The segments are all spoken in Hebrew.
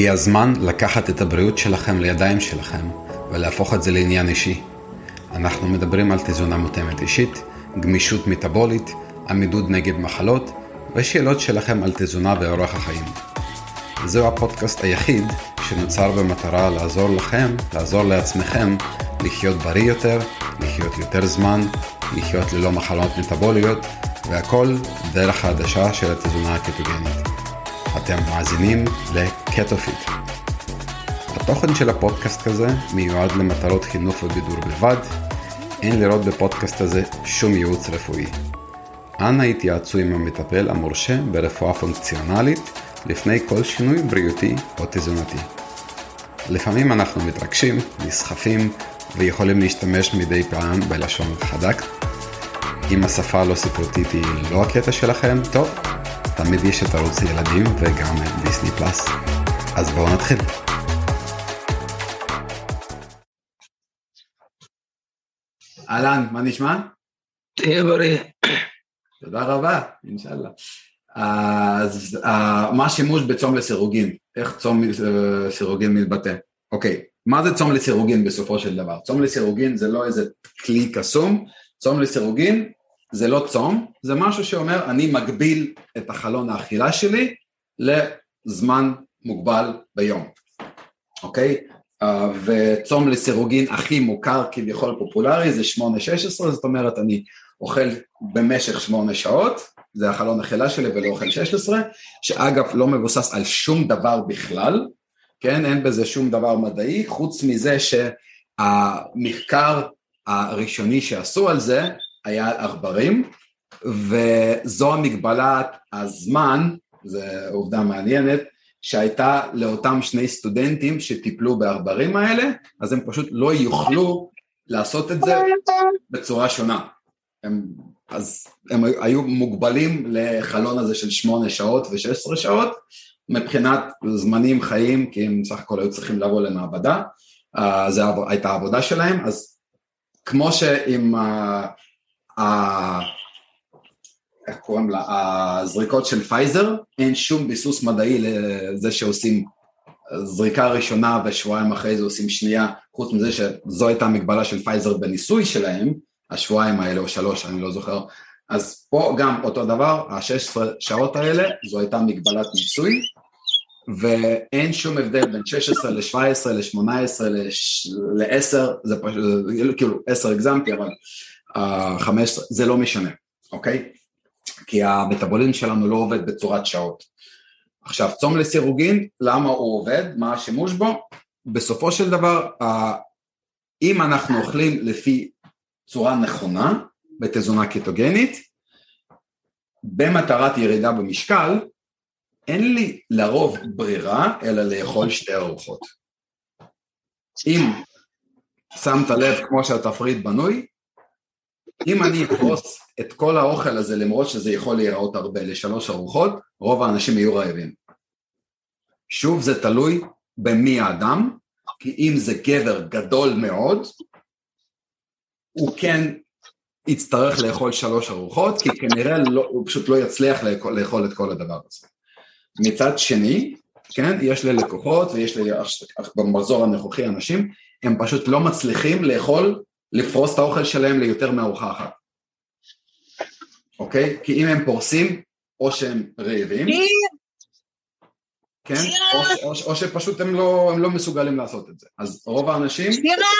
הגיע הזמן לקחת את הבריאות שלכם לידיים שלכם ולהפוך את זה לעניין אישי. אנחנו מדברים על תזונה מותאמת אישית, גמישות מטאבולית, עמידות נגד מחלות ושאלות שלכם על תזונה ואורח החיים. זהו הפודקאסט היחיד שנוצר במטרה לעזור לכם, לעזור לעצמכם לחיות בריא יותר, לחיות יותר זמן, לחיות ללא מחלות מטאבוליות, והכל דרך העדשה של התזונה הקטוגנית. אתם מאזינים לקטופיט. התוכן של הפודקאסט הזה מיועד למטרות חינוך ובידור בלבד. אין לראות בפודקאסט הזה שום ייעוץ רפואי. אנא התייעצו עם המטפל המורשה ברפואה פונקציונלית לפני כל שינוי בריאותי או תזונתי. לפעמים אנחנו מתרגשים, נסחפים ויכולים להשתמש מדי פעם בלשון חדק. אם השפה לא ספרותית היא לא הקטע שלכם, טוב, תמיד יש את ערוץ ילדים וגם דיסני פלאס. אז בואו נתחיל. אהלן, מה נשמע? תהיה בריא. תודה רבה, אינשאללה. אז מה השימוש בצום לסירוגין? איך צום לסירוגין מתבטא? אוקיי, מה זה צום לסירוגין בסופו של דבר? צום לסירוגין זה לא איזה כלי קסום, צום לסירוגין זה לא צום, זה משהו שאומר אני מגביל את החלון האכילה שלי לזמן מוגבל ביום, אוקיי? וצום לסירוגין הכי מוכר כביכול פופולרי זה 8-16, זאת אומרת אני אוכל במשך 8 שעות, זה החלון האכילה שלי ולא אוכל 16, שאגב לא מבוסס על שום דבר בכלל, כן? אין בזה שום דבר מדעי, חוץ מזה שהמחקר הראשוני שעשו על זה היה על עכברים, וזו המגבלת הזמן, זו עובדה מעניינת, שהייתה לאותם 2 סטודנטים שטיפלו בעכברים האלה, אז הם פשוט לא יוכלו לעשות את זה בצורה שונה. אז הם היו מוגבלים לחלון הזה של 8 שעות ו16 שעות, מבחינת זמנים חיים, כי הם סך הכל היו צריכים לבוא למעבדה, זו הייתה העבודה שלהם, אז כמו שעם איך קוראים לה, הזריקות של פייזר, אין שום ביסוס מדעי לזה שעושים זריקה ראשונה ושבועיים אחרי זה עושים שנייה, חוץ מזה שזו הייתה מגבלה של פייזר בניסוי שלהם, השבועיים האלה או 3, אני לא זוכר, אז פה גם אותו דבר, ה-16 שעות האלה, זו הייתה מגבלת ניסוי, ואין שום הבדל בין 16 ל-17, ל-18, ל-10, זה פשוט, כאילו 10 הגזמתי, אבל 15, זה לא משנה, אוקיי? כי המטאבוליזם שלנו לא עובד בצורת שעות. עכשיו, צום לסירוגין, למה הוא עובד? מה השימוש בו? בסופו של דבר, אם אנחנו אוכלים לפי צורה נכונה, בתזונה קטוגנית, במטרת ירידה במשקל, אין לי לרוב ברירה, אלא לאכול 2 ארוחות. אם שמת לב כמו שהתפריט בנוי, אם אני אפרוס את כל האוכל הזה, למרות שזה יכול להיראות הרבה, ל3 ארוחות, רוב האנשים יהיו רעבים. שוב, זה תלוי במי האדם, כי אם זה גבר גדול מאוד, הוא כן יצטרך לאכול 3 ארוחות, כי כנראה הוא פשוט לא יצליח לאכול את כל הדבר הזה. מצד שני, כן, יש לי לקוחות, ויש לי במחזור הנוכחי אנשים, הם פשוט לא מצליחים לפרוס את האוכל שלהם ליותר מארוחה אחת. אוקיי? כי אם הם פורסים, או שהם רעבים, כן? או שפשוט הם לא מסוגלים לעשות את זה. אז רוב האנשים...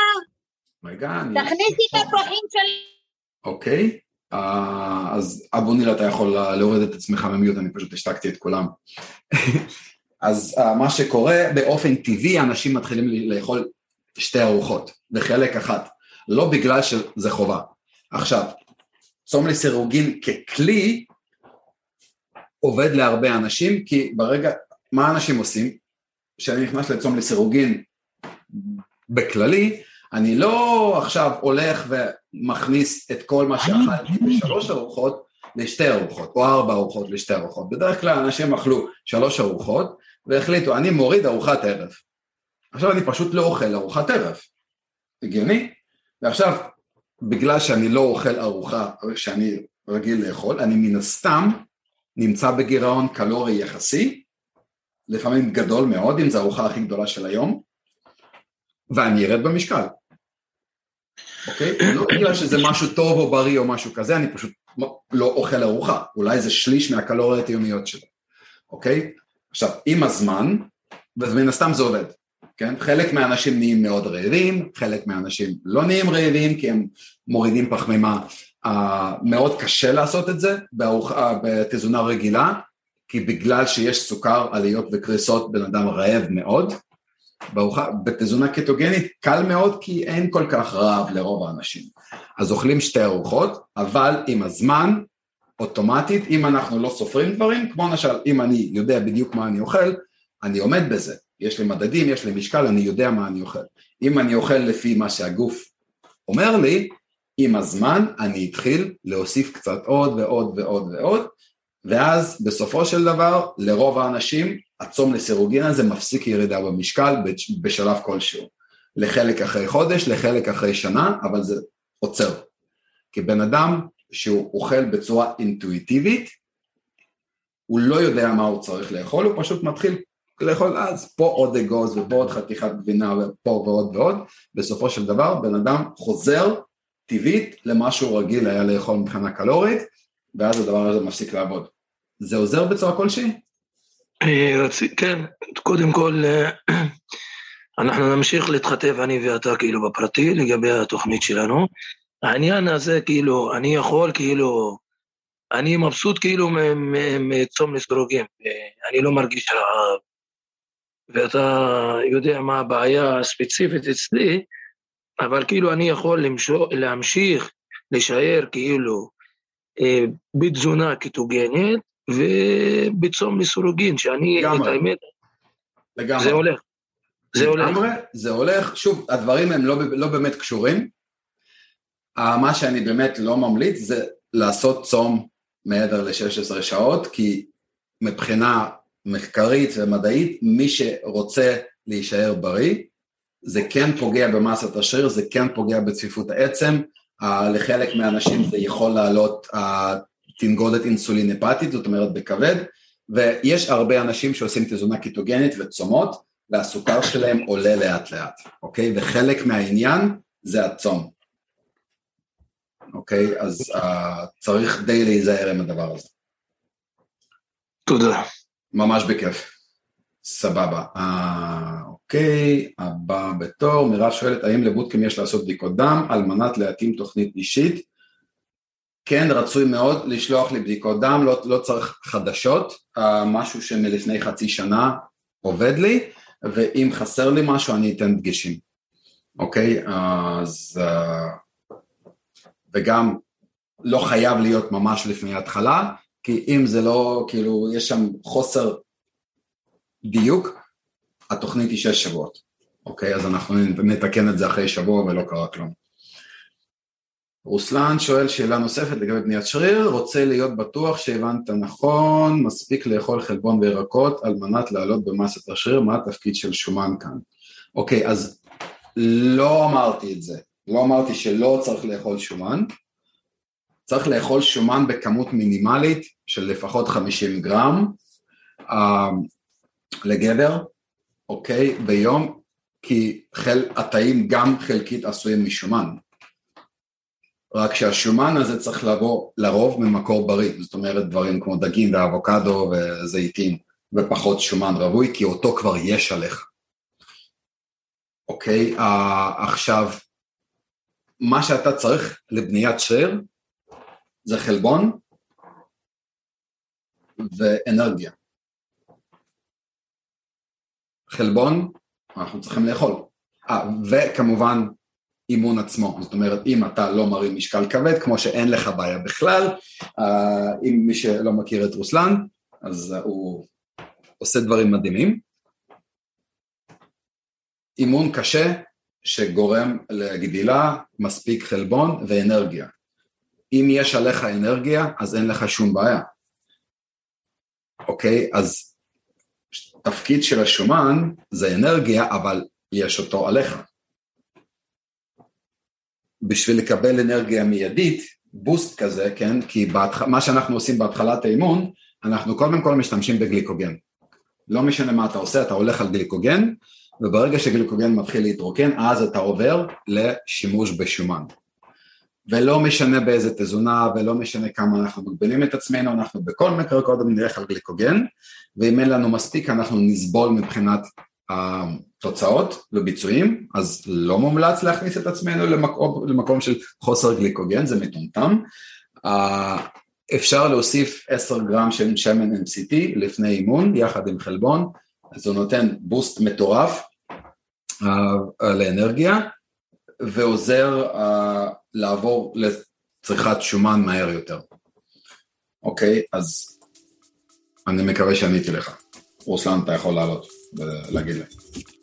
תכניסי את הפרחים שלי. אוקיי. אז אבו ניל, אתה יכול להוריד את עצמך ממיוט, אני פשוט השתקתי את כולם. אז מה שקורה, באופן טבעי, אנשים מתחילים לאכול 2 ארוחות, בחלק אחת. לא בגלל שזה חובה. עכשיו, צום לסירוגין ככלי, עובד להרבה אנשים, כי ברגע, מה אנשים עושים? כשאני נכנס לצום לסירוגין בכללי, אני לא עכשיו הולך ומכניס את כל מה שאכלתי ב3 ארוחות ל2 ארוחות, או 4 ארוחות ל2 ארוחות. בדרך כלל אנשים אכלו 3 ארוחות, והחליטו, אני מוריד ארוחת ערב. עכשיו אני פשוט לא אוכל ארוחת ערב. הגיוני? ועכשיו, בגלל שאני לא אוכל ארוחה שאני רגיל לאכול, אני מן הסתם נמצא בגירעון קלורי יחסי לפעמים גדול מאוד, אם זו הארוחה הכי גדולה של היום, ואני ארד במשקל. אוקיי? לא בגלל שזה משהו טוב או בריא או משהו כזה, אני פשוט לא אוכל ארוחה, אולי זה שליש מהקלוריות היומיות שלי. אוקיי? עכשיו, עם הזמן, ומן הסתם זה עובד. כן? חלק מהאנשים נהיים מאוד רעבים, חלק מהאנשים לא נהיים רעבים, כי הם מורידים פחמימה. מאוד קשה לעשות את זה בתזונה רגילה, כי בגלל שיש סוכר, עליות וקריסות, בן אדם רעב מאוד. בתזונה קטוגנית קל מאוד, כי אין כל כך רעב לרוב האנשים. אז אוכלים שתי ארוחות, אבל עם הזמן, אוטומטית, אם אנחנו לא סופרים דברים, כמו למשל, אם אני יודע בדיוק מה אני אוכל, אני עומד בזה. יש לי מדדים, יש לי משקל, אני יודע מה אני אוכל. אם אני אוכל לפי מה שהגוף אומר לי, עם הזמן אני אתחיל להוסיף קצת עוד ועוד ועוד ועוד, ואז בסופו של דבר, לרוב האנשים, הצום לסירוגין הזה מפסיק ירידה במשקל בשלב כלשהו. לחלק אחרי חודש, לחלק אחרי שנה, אבל זה עוצר. כי בן אדם שהוא אוכל בצורה אינטואיטיבית, הוא לא יודע מה הוא צריך לאכול, הוא פשוט מתחיל לאכול אז פה עוד אגוז ופה עוד חתיכת גבינה ופה ועוד ועוד, בסופו של דבר בן אדם חוזר טבעית למה שהוא רגיל היה לאכול מבחינה קלורית, ואז הדבר הזה מפסיק לעבוד. זה עוזר בצורה כלשהי? כן, קודם כל אנחנו נמשיך להתחתב אני ואתה כאילו בפרטי לגבי התוכנית שלנו. העניין הזה כאילו אני יכול כאילו אני מבסוט כאילו מצום לסירוגין, אני לא מרגיש רעב, ואתה יודע מה הבעיה הספציפית אצלי, אבל כאילו אני יכול להמשיך להישאר כאילו בתזונה קטוגנית ובצום לסירוגין, שאני את האמת, לגמרי. זה הולך. זה הולך, שוב, הדברים הם לא באמת קשורים, מה שאני באמת לא ממליץ זה לעשות צום מעבר ל-16 שעות, כי מבחינה מחקרית ומדעית, מי שרוצה להישאר בריא, זה כן פוגע במסת השריר, זה כן פוגע בצפיפות העצם, לחלק מהאנשים זה יכול לעלות תנגודת אינסולין הפטית, זאת אומרת בכבד, ויש הרבה אנשים שעושים תזונה קיטוגנית וצומות, והסוכר שלהם עולה לאט לאט, אוקיי? וחלק מהעניין זה הצום. אוקיי? אז צריך די להיזהר עם הדבר הזה. תודה. ממש בכיף. סבבה. אוקיי, הבא בתור, מירה שואלת, האם לבוטקאם יש לעשות בדיקות דם על מנת להתאים תוכנית אישית? כן, רצוי מאוד לשלוח לי בדיקות דם, לא צריך חדשות, משהו שמלפני חצי שנה עובד לי, ואם חסר לי משהו אני אתן דגשים. אוקיי, אז וגם לא חייב להיות ממש לפני ההתחלה, כי אם זה לא, כאילו, יש שם חוסר דיוק, התוכנית היא 6 שבועות. אוקיי, אז אנחנו נתקן את זה אחרי שבוע ולא קרה כלום. רוסלן שואל שאלה נוספת לגבי בניית שריר, רוצה להיות בטוח שהבנת נכון, מספיק לאכול חלבון וירקות על מנת לעלות במסת השריר, מה התפקיד של שומן כאן? אוקיי, אז לא אמרתי את זה, לא אמרתי שלא צריך לאכול שומן, צריך לאכול שומן בכמות מינימלית של לפחות 50 גרם לגבר, אוקיי, ביום, כי התאים גם חלקית עשויים משומן. רק שהשומן הזה צריך לבוא לרוב ממקור בריא, זאת אומרת דברים כמו דגים ואבוקדו וזיתים, ופחות שומן רווי, כי אותו כבר יש עליך. אוקיי, עכשיו, מה שאתה צריך לבניית שריר, זה חלבון ואנרגיה. חלבון, אנחנו צריכים לאכול. וכמובן, אימון עצמו, זאת אומרת, אם אתה לא מרים משקל כבד, כמו שאין לך בעיה בכלל, אם מי שלא מכיר את רוסלן, אז הוא עושה דברים מדהימים. אימון קשה, שגורם לגדילה, מספיק חלבון ואנרגיה. אם יש עליך אנרגיה, אז אין לך שום בעיה. אוקיי, אז תפקיד של השומן זה אנרגיה, אבל יש אותו עליך. בשביל לקבל אנרגיה מיידית, בוסט כזה, כן? כי מה שאנחנו עושים בהתחלת האימון, אנחנו קודם כל משתמשים בגליקוגן, לא משנה מה אתה עושה, אתה הולך על גליקוגן, וברגע שגליקוגן מתחיל להתרוקן, אז אתה עובר לשימוש בשומן. ולא משנה באיזה תזונה, ולא משנה כמה אנחנו מגבילים את עצמנו, אנחנו בכל מקרה קודם נלך על גליקוגן, ואם אין לנו מספיק, אנחנו נסבול מבחינת התוצאות וביצועים, אז לא מומלץ להכניס את עצמנו למקום של חוסר גליקוגן, זה מטומטם. אפשר להוסיף 10 גרם של שמן MCT לפני אימון, יחד עם חלבון, אז הוא נותן בוסט מטורף לאנרגיה, ועוזר לעבור לצריכת שומן מהר יותר. אוקיי, אז אני מקווה שעניתי לך. רוסלן, אתה יכול לעלות ולהגיד לי.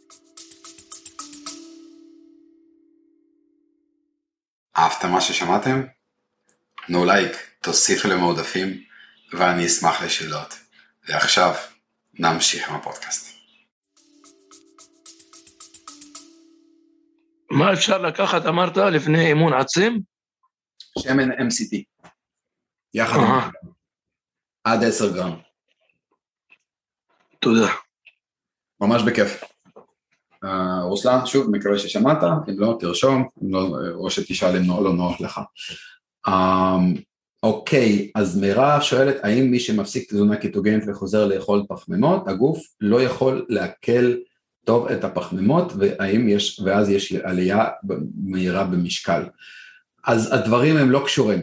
אהבתם מה ששמעתם? תנו לייק, תוסיפו למועדפים, ואני אשמח לשאלות. ועכשיו נמשיך עם הפודקאסט. מה אפשר לקחת, אמרת, לפני אימון עצים? שמן MCT. יחד עם עד 10 גרם. תודה. ממש בכיף. רוסלן, שוב, מקווה ששמעת, אם לא, תרשום, או שתשאל אם לא נוח לך. אוקיי, אז מירה שואלת, האם מי שמפסיק תזונה קיטוגנית וחוזר לאכול פחמימות, הגוף לא יכול להקל טוב את הפחמימות, ואז יש עלייה מהירה במשקל. אז הדברים הם לא קשורים.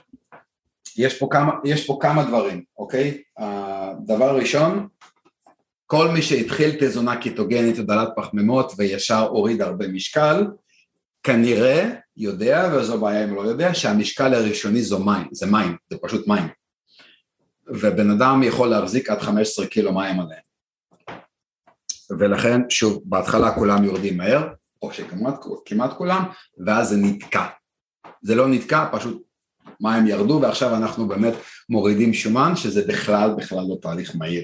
יש פה כמה דברים, אוקיי? הדבר הראשון, כל מי שהתחיל תזונה קיטוגנית ודלת פחמימות וישר הוריד הרבה משקל, כנראה יודע, וזו בעיה אם לא יודע, שהמשקל הראשוני זה מים, זה פשוט מים. ובן אדם יכול להחזיק עד 15 קילו מים עליהם. ולכן, שוב, בהתחלה כולם יורדים מהר, או שכמעט כולם, ואז זה נתקע. זה לא נתקע, פשוט מים ירדו, ועכשיו אנחנו באמת מורידים שומן, שזה בכלל לא תהליך מהיר.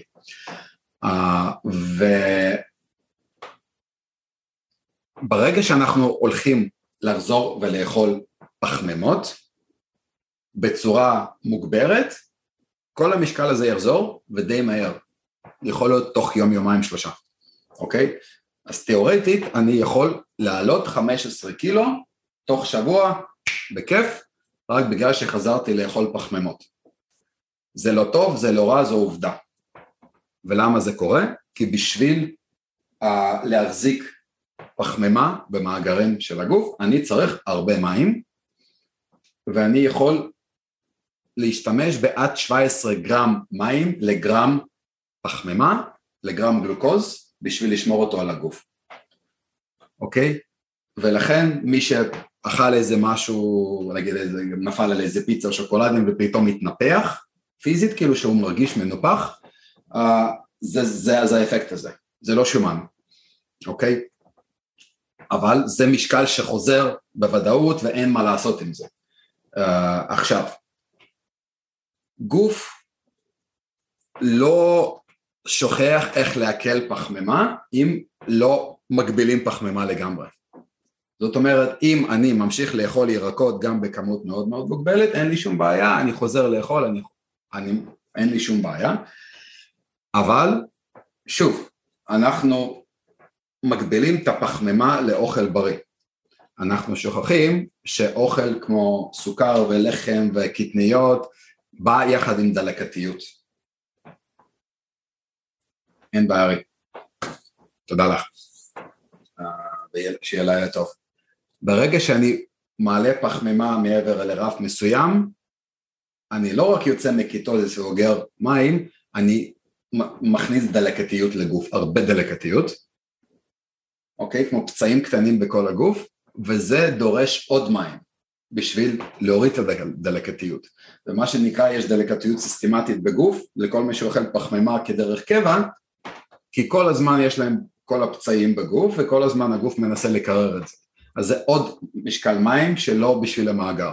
וברגע שאנחנו הולכים לחזור ולאכול פחמימות, בצורה מוגברת, כל המשקל הזה יחזור, ודי מהר. יכול להיות תוך יום, 3. אוקיי? אז תיאורטית אני יכול לעלות 15 קילו תוך שבוע בכיף, רק בגלל שחזרתי לאכול פחמימות. זה לא טוב, זה לא רע, זו עובדה. ולמה זה קורה? כי בשביל להחזיק פחמימה במאגרים של הגוף, אני צריך הרבה מים, ואני יכול להשתמש בעד 17 גרם מים לגרם פחמימה, לגרם גלוקוז, בשביל לשמור אותו על הגוף. אוקיי? ולכן מי שאכל איזה משהו, נגיד נפל על איזה פיצה או שוקולדים ופתאום מתנפח, פיזית כאילו שהוא מרגיש מנופח, זה האפקט הזה, זה לא שומן, אוקיי? אבל זה משקל שחוזר בוודאות ואין מה לעשות עם זה. עכשיו, גוף לא שוכח איך להקל פחמימה אם לא מגבילים פחמימה לגמרי. זאת אומרת, אם אני ממשיך לאכול ירקות גם בכמות מאוד מאוד מוגבלת, אין לי שום בעיה, אני חוזר לאכול, אין לי שום בעיה, אבל שוב, אנחנו מגבילים את הפחמימה לאוכל בריא. אנחנו שוכחים שאוכל כמו סוכר ולחם וקטניות בא יחד עם דלקתיות. אין בעיה. תודה לך. שיהיה לילה טוב. ברגע שאני מעלה פחמימה מעבר לרף מסוים, אני לא רק יוצא מקיטוזיס ואוגר מים, אני מכניס דלקתיות לגוף, הרבה דלקתיות, אוקיי? כמו פצעים קטנים בכל הגוף, וזה דורש עוד מים, בשביל להוריד את הדלקתיות. ומה שנקרא, יש דלקתיות סיסטמטית בגוף, לכל מי שאוכל פחמימה כדרך קבע, כי כל הזמן יש להם כל הפצעים בגוף, וכל הזמן הגוף מנסה לקרר את זה. אז זה עוד משקל מים שלא בשביל המאגר.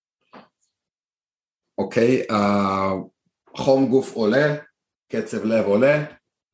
אוקיי, חום גוף עולה, קצב לב עולה,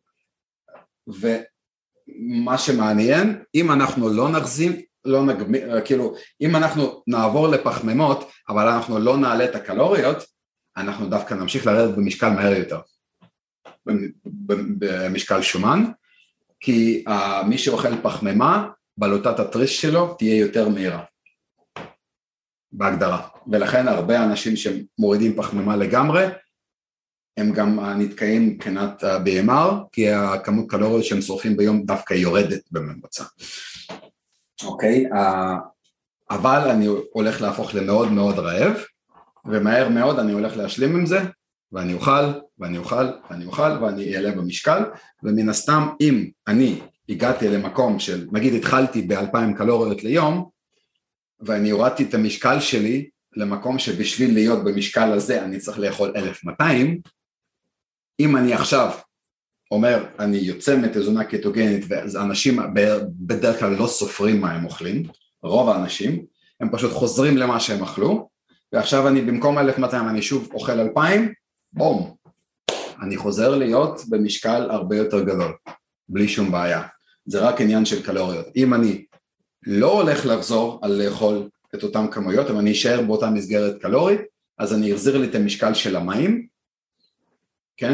ומה שמעניין, אם אנחנו לא נחזים, כאילו, אם אנחנו נעבור לפחמימות, אבל אנחנו לא נעלה את הקלוריות, אנחנו דווקא נמשיך לרדת במשקל מהר יותר. במשקל שומן, כי מי שאוכל פחמימה, בלוטת התריס שלו תהיה יותר מהירה, בהגדרה. ולכן הרבה אנשים שמורידים פחמימה לגמרי, הם גם נתקעים מבחינת BMR, כי הכמות קלוריות שהם שורפים ביום דווקא יורדת בממוצע. אוקיי? אבל אני הולך להפוך למאוד מאוד רעב, ומהר מאוד אני הולך להשלים עם זה, ואני אוכל, ואני אוכל, ואני אוכל, ואני אעלה במשקל, ומן הסתם אם אני הגעתי למקום של, נגיד התחלתי ב-2,000 קלוריות ליום, ואני הורדתי את המשקל שלי למקום שבשביל להיות במשקל הזה אני צריך לאכול 1,200, אם אני עכשיו אומר, אני יוצא מתזונה קטוגנית, ואנשים בדרך כלל לא סופרים מה הם אוכלים, רוב האנשים, הם פשוט חוזרים למה שהם אכלו, ועכשיו אני במקום 1,200 אני שוב אוכל 2,000, בום, אני חוזר להיות במשקל הרבה יותר גדול, בלי שום בעיה. זה רק עניין של קלוריות. אם אני לא הולך לחזור על לאכול את אותם כמויות, אם אני אשאר באותה מסגרת קלורית, אז אני אחזיר לי את המשקל של המים, כן?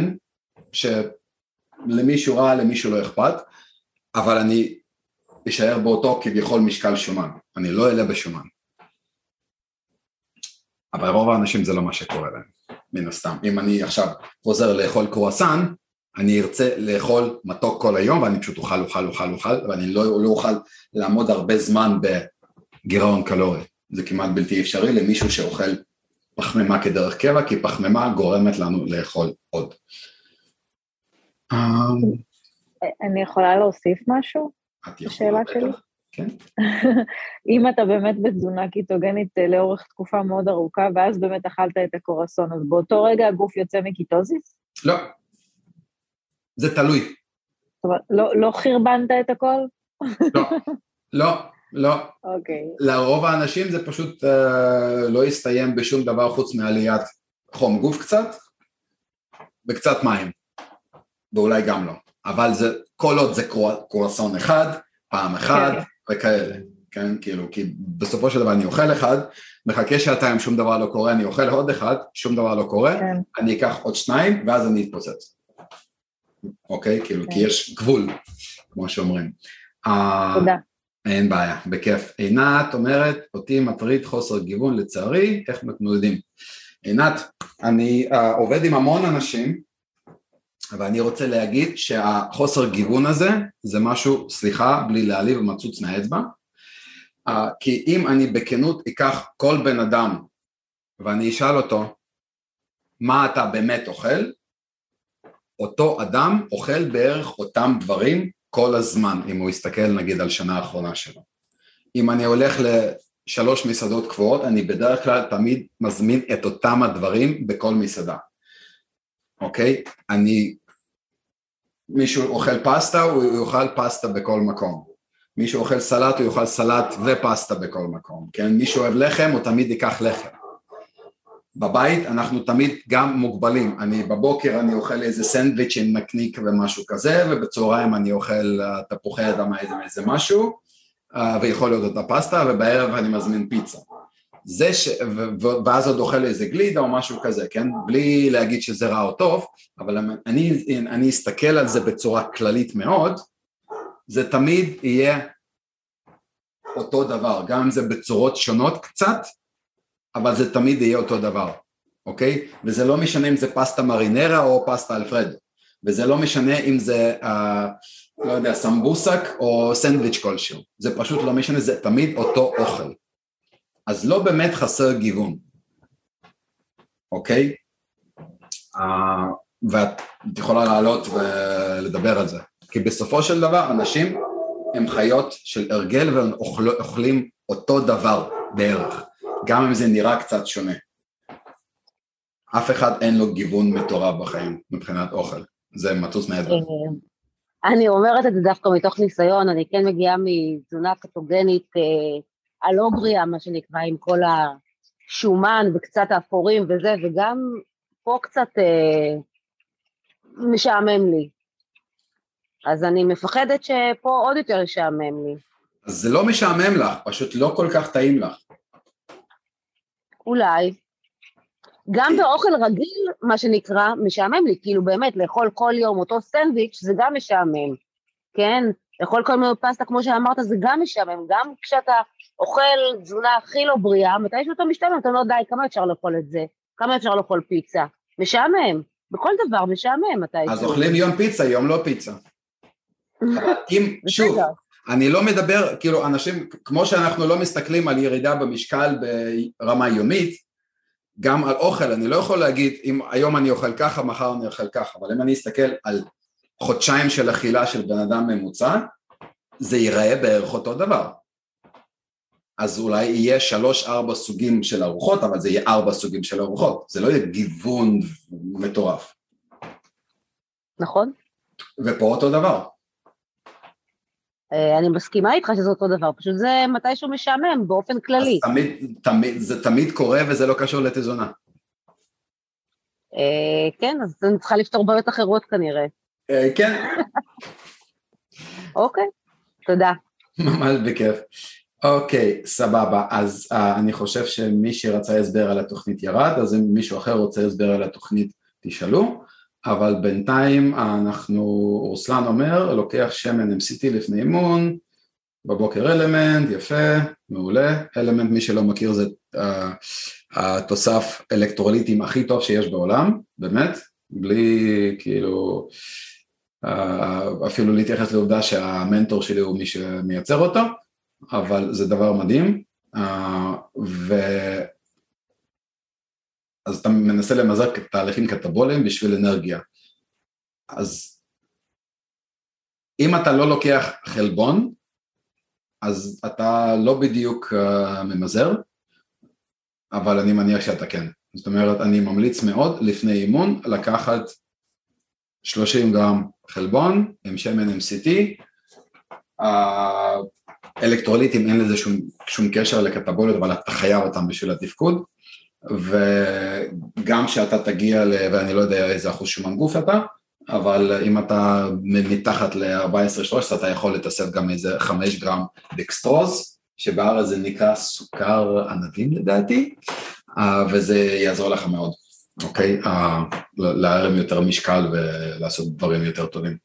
שלמישהו רע, למישהו לא אכפת, אבל אני אשאר באותו כביכול משקל שומן, אני לא אעלה בשומן. אבל רוב האנשים זה לא מה שקורה להם, מן הסתם. אם אני עכשיו חוזר לאכול קרואסן, אני ארצה לאכול מתוק כל היום, ואני פשוט אוכל, ואני לא אוכל לעמוד הרבה זמן בגירעון קלורי. זה כמעט בלתי אפשרי למישהו שאוכל פחמימה כדרך קבע, כי פחמימה גורמת לנו לאכול עוד. אני יכולה להוסיף משהו? השאלה שלי? כן. אם אתה באמת בתזונה קיטוגנית לאורך תקופה מאוד ארוכה, ואז באמת אכלת את הקורסון, אז באותו רגע הגוף יוצא מקיטוזיס? לא. זה תלוי. זאת אומרת, לא חרבנת את הכל? לא. אוקיי. לרוב האנשים זה פשוט לא יסתיים בשום דבר חוץ מעליית חום גוף קצת, וקצת מים. ואולי גם לא. אבל זה, כל עוד זה קרואסון אחד, פעם אחד, וכאלה, כן, כאילו, כי בסופו של דבר אני אוכל אחד, מחכה שעתיים, שום דבר לא קורה, אני אוכל עוד אחד, שום דבר לא קורה, אני אקח עוד 2, ואז אני אתפוצץ. אוקיי? כאילו, כי יש גבול, כמו שאומרים. תודה. אין בעיה, בכיף. עינת אומרת, אותי מטריד חוסר גיוון לצערי, איך מתמודדים? עינת, אני עובד עם המון אנשים, ואני רוצה להגיד שהחוסר גיוון הזה, זה משהו, סליחה, בלי להעליב ומצוץ מהאצבע, כי אם אני בכנות אקח כל בן אדם, ואני אשאל אותו, מה אתה באמת אוכל? אותו אדם אוכל בערך אותם דברים כל הזמן, אם הוא יסתכל נגיד על שנה האחרונה שלו. אם אני הולך ל3 מסעדות קבועות, אני בדרך כלל תמיד מזמין את אותם הדברים בכל מסעדה. אוקיי? מישהו אוכל פסטה, הוא יאכל פסטה בכל מקום. מישהו אוכל סלט, הוא יאכל סלט ופסטה בכל מקום. כן? מישהו אוהב לחם, הוא תמיד ייקח לחם. בבית אנחנו תמיד גם מוגבלים, בבוקר אני אוכל איזה סנדוויץ' עם נקניק ומשהו כזה, ובצהריים אני אוכל תפוחי אדמה איזה משהו, ויכול להיות את הפסטה, ובערב אני מזמין פיצה. ואז עוד אוכל איזה גלידה או משהו כזה, כן? בלי להגיד שזה רע או טוב, אבל אני אסתכל על זה בצורה כללית מאוד, זה תמיד יהיה אותו דבר, גם אם זה בצורות שונות קצת, אבל זה תמיד יהיה אותו דבר, אוקיי? וזה לא משנה אם זה פסטה מרינרה או פסטה אלפרדו, וזה לא משנה אם זה, לא יודע, סמבוסק או סנדוויץ' כלשהו, זה פשוט לא משנה, זה תמיד אותו אוכל. אז לא באמת חסר גיוון, אוקיי? ואת יכולה לעלות ולדבר על זה, כי בסופו של דבר אנשים הם חיות של הרגל והם אוכלים אותו דבר בערך. גם אם זה נראה קצת שונה. אף אחד אין לו גיוון מטורף בחיים, מבחינת אוכל. זה מצוץ מהדבר. אני אומרת את זה דווקא מתוך ניסיון, אני כן מגיעה מתזונה קטוגנית, הלא בריאה, מה שנקרא, עם כל השומן וקצת האפורים וזה, וגם פה קצת משעמם לי. אז אני מפחדת שפה עוד יותר ישעמם לי. אז זה לא משעמם לך, פשוט לא כל כך טעים לך. אולי, גם באוכל רגיל, מה שנקרא, משעמם לי, כאילו באמת, לאכול כל יום אותו סנדוויץ' זה גם משעמם, כן? לאכול כל יום פסטה, כמו שאמרת, זה גם משעמם, גם כשאתה אוכל תזונה הכי לא בריאה, מתי שאתה משתמם, אתה לא די, כמה אפשר לאכול את זה? כמה אפשר לאכול פיצה? משעמם, בכל דבר משעמם, מתי. אז אוכלים יום פיצה, יום לא פיצה. אבל אם, שוב, אני לא מדבר, כאילו אנשים, כמו שאנחנו לא מסתכלים על ירידה במשקל ברמה יומית, גם על אוכל, אני לא יכול להגיד, אם היום אני אוכל ככה, מחר אני אוכל ככה, אבל אם אני אסתכל על חודשיים של אכילה של בן אדם ממוצע, זה ייראה בערך אותו דבר. אז אולי יהיה 3-4 סוגים של ארוחות, אבל זה יהיה 4 סוגים של ארוחות, זה לא יהיה גיוון מטורף. נכון. ופה אותו דבר. אני מסכימה איתך שזה אותו דבר, פשוט זה מתישהו משעמם באופן כללי. זה תמיד קורה וזה לא קשור לתזונה. כן, אז אני צריכה לפתור בעיות אחרות כנראה. כן. אוקיי, תודה. ממש בכיף. אוקיי, סבבה, אז אני חושב שמי שרצה הסבר על התוכנית ירד, אז אם מישהו אחר רוצה הסבר על התוכנית תשאלו, אבל בינתיים רוסלן אומר, לוקח שמן MCT לפני אימון, בבוקר אלמנט, יפה, מעולה, אלמנט מי שלא מכיר זה התוסף אלקטרוליטים הכי טוב שיש בעולם, באמת, בלי כאילו, אפילו להתייחס לעובדה שהמנטור שלי הוא מי שמייצר אותו, אבל זה דבר מדהים, אז אתה מנסה למזג תהליכים קטבוליים בשביל אנרגיה. אז אם אתה לא לוקח חלבון, אז אתה לא בדיוק ממזר, אבל אני מניח שאתה כן. זאת אומרת, אני ממליץ מאוד לפני אימון לקחת 30 גרם חלבון עם שמן MCT, אלקטרוליטים אין לזה שום קשר לקטבוליות, אבל אתה חייב אותם בשביל התפקוד, וגם שאתה תגיע ואני לא יודע איזה אחוז שומן גוף אתה, אבל אם אתה מתחת ל-14-13 אתה יכול לתאסף גם איזה 5 גרם דקסטרוז, שבארץ זה נקרא סוכר ענבים לדעתי, וזה יעזור לך מאוד, אוקיי? להרים יותר משקל ולעשות דברים יותר טובים.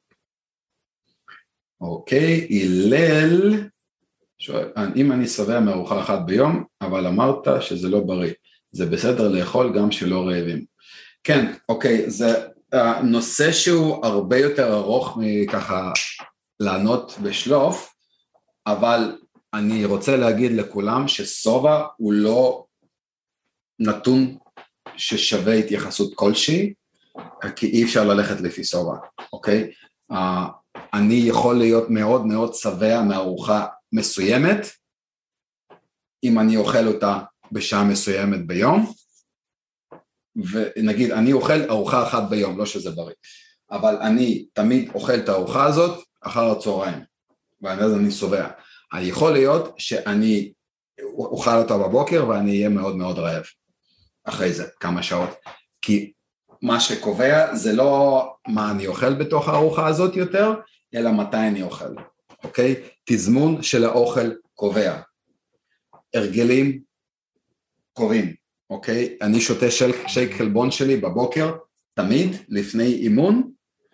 אוקיי, הלל, אם אני שבע מארוחה אחת ביום, אבל אמרת שזה לא בריא, זה בסדר לאכול גם שלא רעבים. כן, אוקיי, זה נושא שהוא הרבה יותר ארוך מככה לענות בשלוף, אבל אני רוצה להגיד לכולם שסובה הוא לא נתון ששווה התייחסות כלשהי, כי אי אפשר ללכת לפי סובה, אוקיי? אני יכול להיות מאוד מאוד שבע מארוחה מסוימת, אם אני אוכל אותה בשעה מסוימת ביום, ונגיד אני אוכל ארוחה אחת ביום, לא שזה בריא, אבל אני תמיד אוכל את הארוחה הזאת אחר הצהריים, ואז אני שבע. יכול להיות שאני אוכל אותה בבוקר ואני אהיה מאוד מאוד רעב, אחרי זה כמה שעות, כי מה שקובע זה לא מה אני אוכל בתוך הארוחה הזאת יותר, אלא מתי אני אוכל, אוקיי? תזמון של האוכל קובע, הרגלים קובעים, אוקיי? אני שותה שייק חלבון שלי בבוקר, תמיד לפני אימון,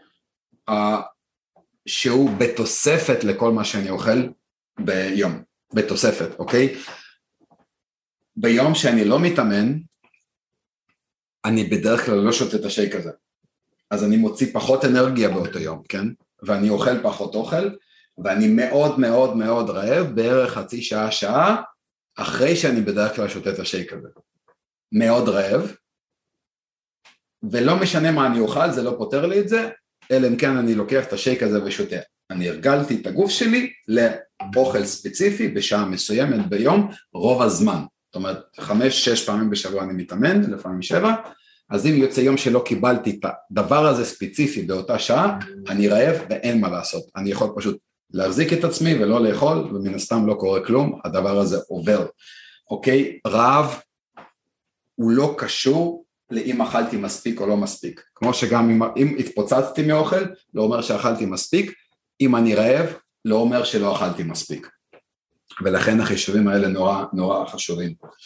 שהוא בתוספת לכל מה שאני אוכל ביום, בתוספת, אוקיי? ביום שאני לא מתאמן, אני בדרך כלל לא שותה את השייק הזה, אז אני מוציא פחות אנרגיה באותו יום, כן? ואני אוכל פחות אוכל, ואני מאוד מאוד מאוד רעב, בערך חצי שעה, אחרי שאני בדרך כלל שותה את השייק הזה. מאוד רעב, ולא משנה מה אני אוכל, זה לא פותר לי את זה, אלא אם כן אני לוקח את השייק הזה ושותה. אני הרגלתי את הגוף שלי לאוכל ספציפי בשעה מסוימת ביום, רוב הזמן. זאת אומרת, 5-6 פעמים בשבוע אני מתאמן, לפעמים 7, אז אם יוצא יום שלא קיבלתי את הדבר הזה ספציפי באותה שעה, אני רעב ואין מה לעשות. אני יכול פשוט להחזיק את עצמי ולא לאכול, ומן הסתם לא קורה כלום, הדבר הזה עובר. אוקיי? רעב הוא לא קשור לאם אכלתי מספיק או לא מספיק. כמו שגם אם התפוצצתי מאוכל, לא אומר שאכלתי מספיק, אם אני רעב, לא אומר שלא אכלתי מספיק. ולכן החישובים האלה נורא חשובים.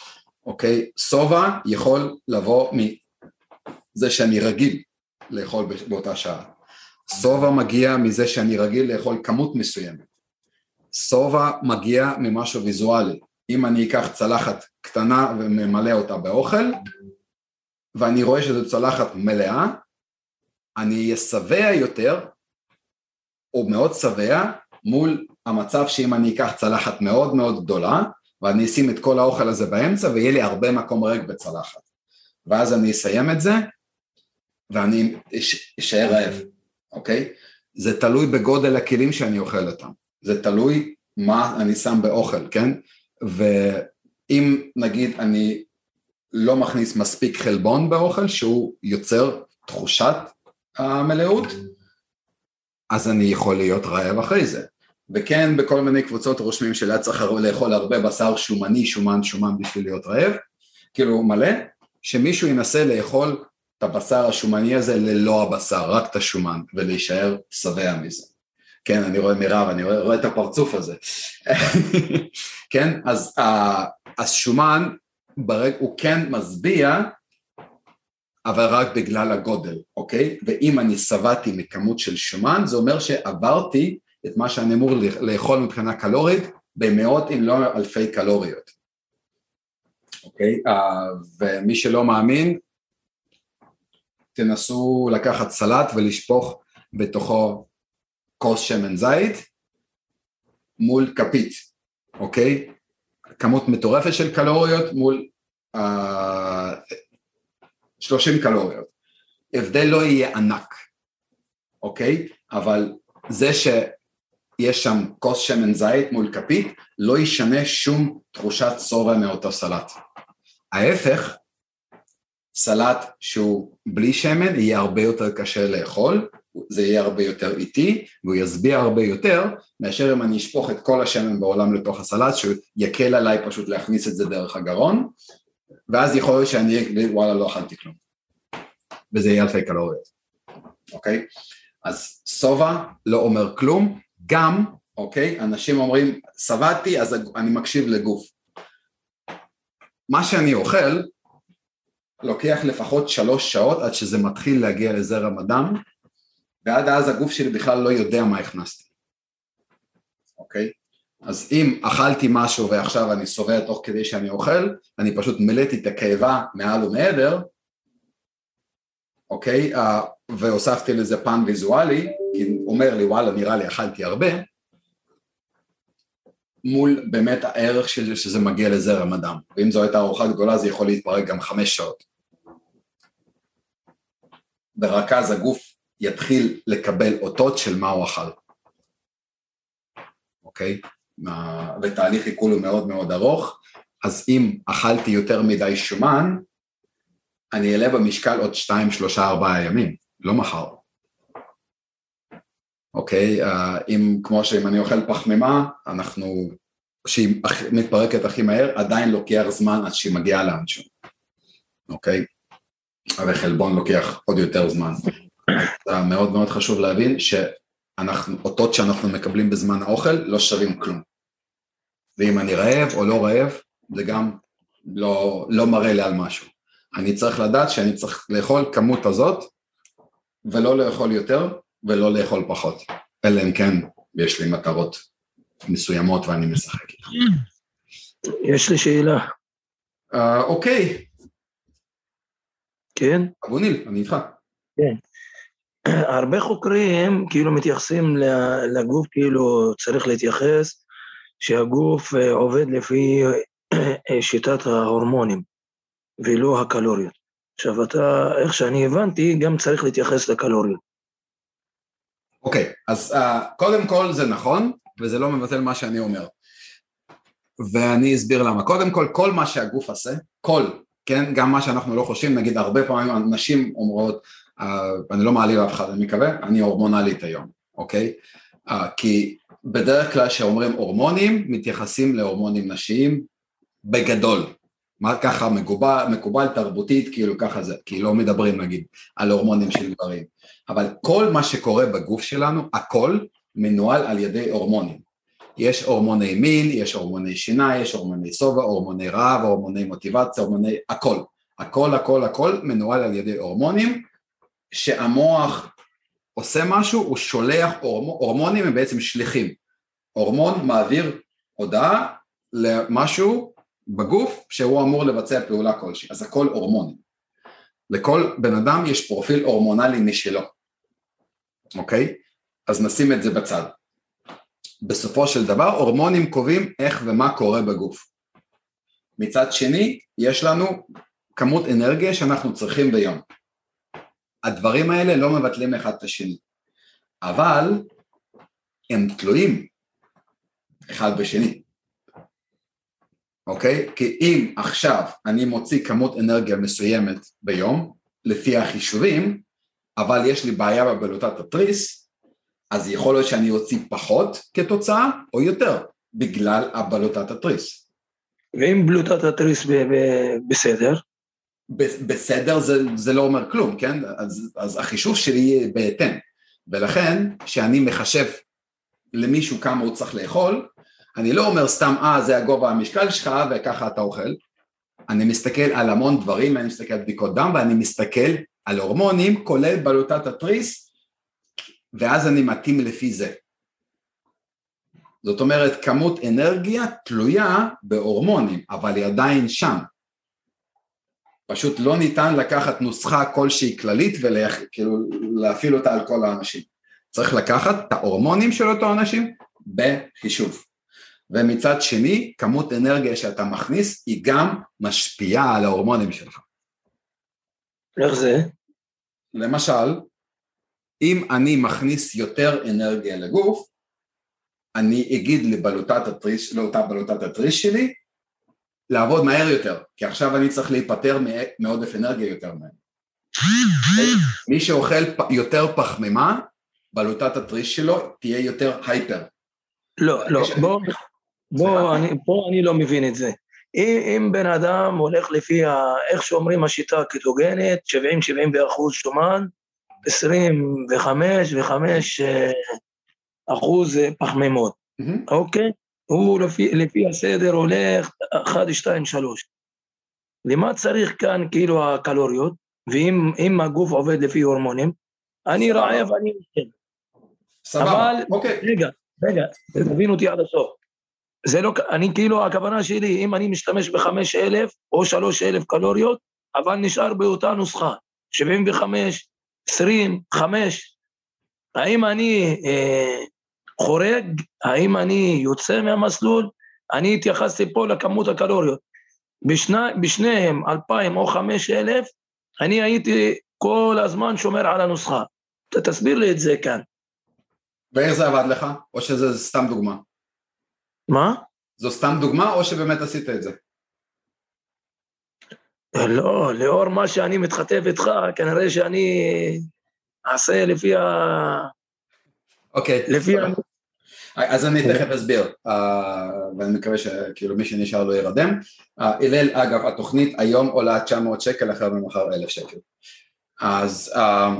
אוקיי? סובה יכול לבוא מזה שאני רגיל לאכול באותה שעה. סובה מגיע מזה שאני רגיל לאכול כמות מסוימת. סובה מגיע ממשהו ויזואלי. אם אני אקח צלחת קטנה וממלא אותה באוכל, ואני רואה שזו צלחת מלאה, אני אהיה שבע יותר, או מאוד שבע, מול המצב שאם אני אקח צלחת מאוד מאוד גדולה, ואני אשים את כל האוכל הזה באמצע, ויהיה לי הרבה מקום ריק בצלחת. ואז אני אסיים את זה, ואני אשאר רעב, אוקיי? זה תלוי בגודל הכלים שאני אוכל אותם. זה תלוי מה אני שם באוכל, כן? ואם נגיד אני לא מכניס מספיק חלבון באוכל, שהוא יוצר תחושת המלאות, אז אני יכול להיות רעב אחרי זה. וכן, בכל מיני קבוצות רושמים שלה צריך לאכול הרבה בשר שומני, שומן בשביל להיות רעב, כאילו מלא, שמישהו ינסה לאכול את הבשר השומני הזה ללא הבשר, רק את השומן, ולהישאר שבע מזה. כן, אני רואה מירב, אני רואה את הפרצוף הזה. כן, אז השומן, הוא כן מסביע, אבל רק בגלל הגודל, אוקיי? ואם אני שבעתי מכמות של שומן, זה אומר שעברתי את מה שאני אמור לאכול מבחינה קלורית, במאות אם לא אלפי קלוריות. אוקיי? ומי שלא מאמין, תנסו לקחת סלט ולשפוך בתוכו כוס שמן זית, מול כפית, אוקיי? כמות מטורפת של קלוריות מול 30 קלוריות. הבדל לא יהיה ענק, אוקיי? אבל זה שיש שם כוס שמן זית מול כפית, לא ישנה שום תחושת שובע מאותו סלט. ההפך, סלט שהוא בלי שמן יהיה הרבה יותר קשה לאכול, זה יהיה הרבה יותר איטי, והוא יסביע הרבה יותר, מאשר אם אני אשפוך את כל השמן בעולם לתוך הסלט, שהוא יקל עליי פשוט להכניס את זה דרך הגרון, ואז יכול להיות שאני אגיד, וואלה, לא אכלתי כלום. וזה יהיה אלפי קלוריות. אוקיי? אז סובה לא אומר כלום, גם, אוקיי, אנשים אומרים, שבעתי, אז אני מקשיב לגוף. מה שאני אוכל, לוקח לפחות 3 שעות, עד שזה מתחיל להגיע לזרם הדם, ועד אז הגוף שלי בכלל לא יודע מה הכנסתי. אוקיי? אז אם אכלתי משהו ועכשיו אני סובע תוך כדי שאני אוכל, אני פשוט מילאתי את הכאבה מעל ומעבר, אוקיי? והוספתי לזה פן ויזואלי, כי הוא אומר לי, וואלה, נראה לי אכלתי הרבה, מול באמת הערך של שזה מגיע לזרם הדם. ואם זו הייתה ארוחה גדולה, זה יכול להתפרק גם 5 שעות. ורק אז הגוף יתחיל לקבל אותות של מה הוא אכל. אוקיי? ותהליך עיכול הוא מאוד מאוד ארוך, אז אם אכלתי יותר מדי שומן, אני אעלה במשקל עוד 2, 3, 4 ימים, לא מחר. אוקיי? כמו שאם אני אוכל פחמימה, שהיא מתפרקת הכי מהר, עדיין לוקח זמן עד שהיא מגיעה לאנשהו. אוקיי? אבל חלבון לוקח עוד יותר זמן. מאוד מאוד חשוב להבין אותות שאנחנו מקבלים בזמן האוכל לא שווים כלום. ואם אני רעב או לא רעב, זה גם לא מראה לי על משהו. אני צריך לדעת שאני צריך לאכול כמות הזאת, ולא לאכול יותר, ולא לאכול פחות. אלא אם כן, יש לי מטרות מסוימות ואני משחק איתן. יש לי שאלה. אוקיי. כן? אבו ניל, אני איתך. כן. הרבה חוקרים כאילו מתייחסים לגוף, כאילו צריך להתייחס שהגוף עובד לפי שיטת ההורמונים ולא הקלוריות. עכשיו אתה, איך שאני הבנתי, גם צריך להתייחס לקלוריות. אוקיי, אז קודם כל זה נכון, וזה לא מבטל מה שאני אומר. ואני אסביר למה. קודם כל מה שהגוף עושה, כן, גם מה שאנחנו לא חושבים, נגיד הרבה פעמים אנשים אומרות, אני לא מעליב אף אחד, אני מקווה, אני הורמונלית היום, אוקיי? כי בדרך כלל שאומרים הורמונים, מתייחסים להורמונים נשיים בגדול, מה ככה מקובל תרבותית, כאילו ככה זה, כי לא מדברים נגיד על הורמונים של גברים, אבל כל מה שקורה בגוף שלנו, הכל מנוהל על ידי הורמונים, יש הורמוני מין, יש הורמוני שינה, יש הורמוני סובה, הורמוני רעב, הורמוני מוטיבציה, הורמוני הכל. הכל מנוהל על ידי הורמונים, שהמוח עושה משהו, הוא שולח הורמונים, הם בעצם שליחים. הורמון מעביר הודעה למשהו בגוף, שהוא אמור לבצע פעולה כלשהי, אז הכל הורמונים. לכל בן אדם יש פרופיל הורמונלי משלו, אוקיי? אז נשים את זה בצד. בסופו של דבר, הורמונים קובעים איך ומה קורה בגוף. מצד שני, יש לנו כמות אנרגיה שאנחנו צריכים ביום. הדברים האלה לא מבטלים אחד את השני, אבל הם תלויים אחד בשני. אוקיי? כי אם עכשיו אני מוציא כמות אנרגיה מסוימת ביום, לפי החישובים, אבל יש לי בעיה בבלוטת התריס, אז יכול להיות שאני אוציא פחות כתוצאה, או יותר, בגלל הבלוטת התריס. ואם בלוטת התריס בסדר? בסדר זה לא אומר כלום, כן? אז החישוב שלי יהיה בהתאם, ולכן שאני מחשב למישהו כמה הוא צריך לאכול, אני לא אומר סתם, זה הגובה המשקל שלך וככה אתה אוכל, אני מסתכל על המון דברים, אני מסתכל על בדיקות דם, ואני מסתכל על הורמונים, כולל בלוטת התריס, ואז אני מתאים לפי זה. זאת אומרת, כמות אנרגיה תלויה בהורמונים, אבל היא עדיין שם. פשוט לא ניתן לקחת נוסחה כלשהי כללית, ולהפעיל אותה על כל האנשים. צריך לקחת את ההורמונים של אותו אנשים בחישוב. ומצד שני, כמות אנרגיה שאתה מכניס, היא גם משפיעה על ההורמונים שלך. איך זה? למשל, אם אני מכניס יותר אנרגיה לגוף, אני אגיד לבלוטת התריס, לאותה בלוטת התריס שלי, לעבוד מהר יותר, כי עכשיו אני צריך להיפטר מעודף אנרגיה יותר מהר. מי שאוכל יותר פחמימה, בלוטת התריס שלו תהיה יותר הייפר. לא, פה אני לא מבין את זה. אם בן אדם הולך לפי, איך שאומרים השיטה הקטוגנית, 70-70% שומן, 25% פחמימות, אוקיי? הוא לפי הסדר הולך 1, 2, 3. למה צריך כאן כאילו הקלוריות? ואם הגוף עובד לפי הורמונים, אני רעב, אני מסתכל. סבבה, אוקיי. רגע, תבין אותי עד הסוף. זה לא, אני כאילו, הכוונה שלי, אם אני משתמש ב5,000 או 3,000 קלוריות, אבל נשאר באותה נוסחה, 75, 20, 5, האם אני חורג, האם אני יוצא מהמסלול, אני התייחסתי פה לכמות הקלוריות, בשניהם 2,000 או 5,000, אני הייתי כל הזמן שומר על הנוסחה, תסביר לי את זה כאן. ואיך זה עבד לך? או שזה סתם דוגמה? מה? זו סתם דוגמה או שבאמת עשית את זה? לא, לאור מה שאני מתחתב איתך, כנראה שאני אעשה לפי אוקיי. לפי אז אני תכף אסביר, ואני מקווה שכאילו מי שנשאר לא ירדם. הלל, אגב, התוכנית היום עולה 900 שקל, אחר ממחר 1,000 שקל. אז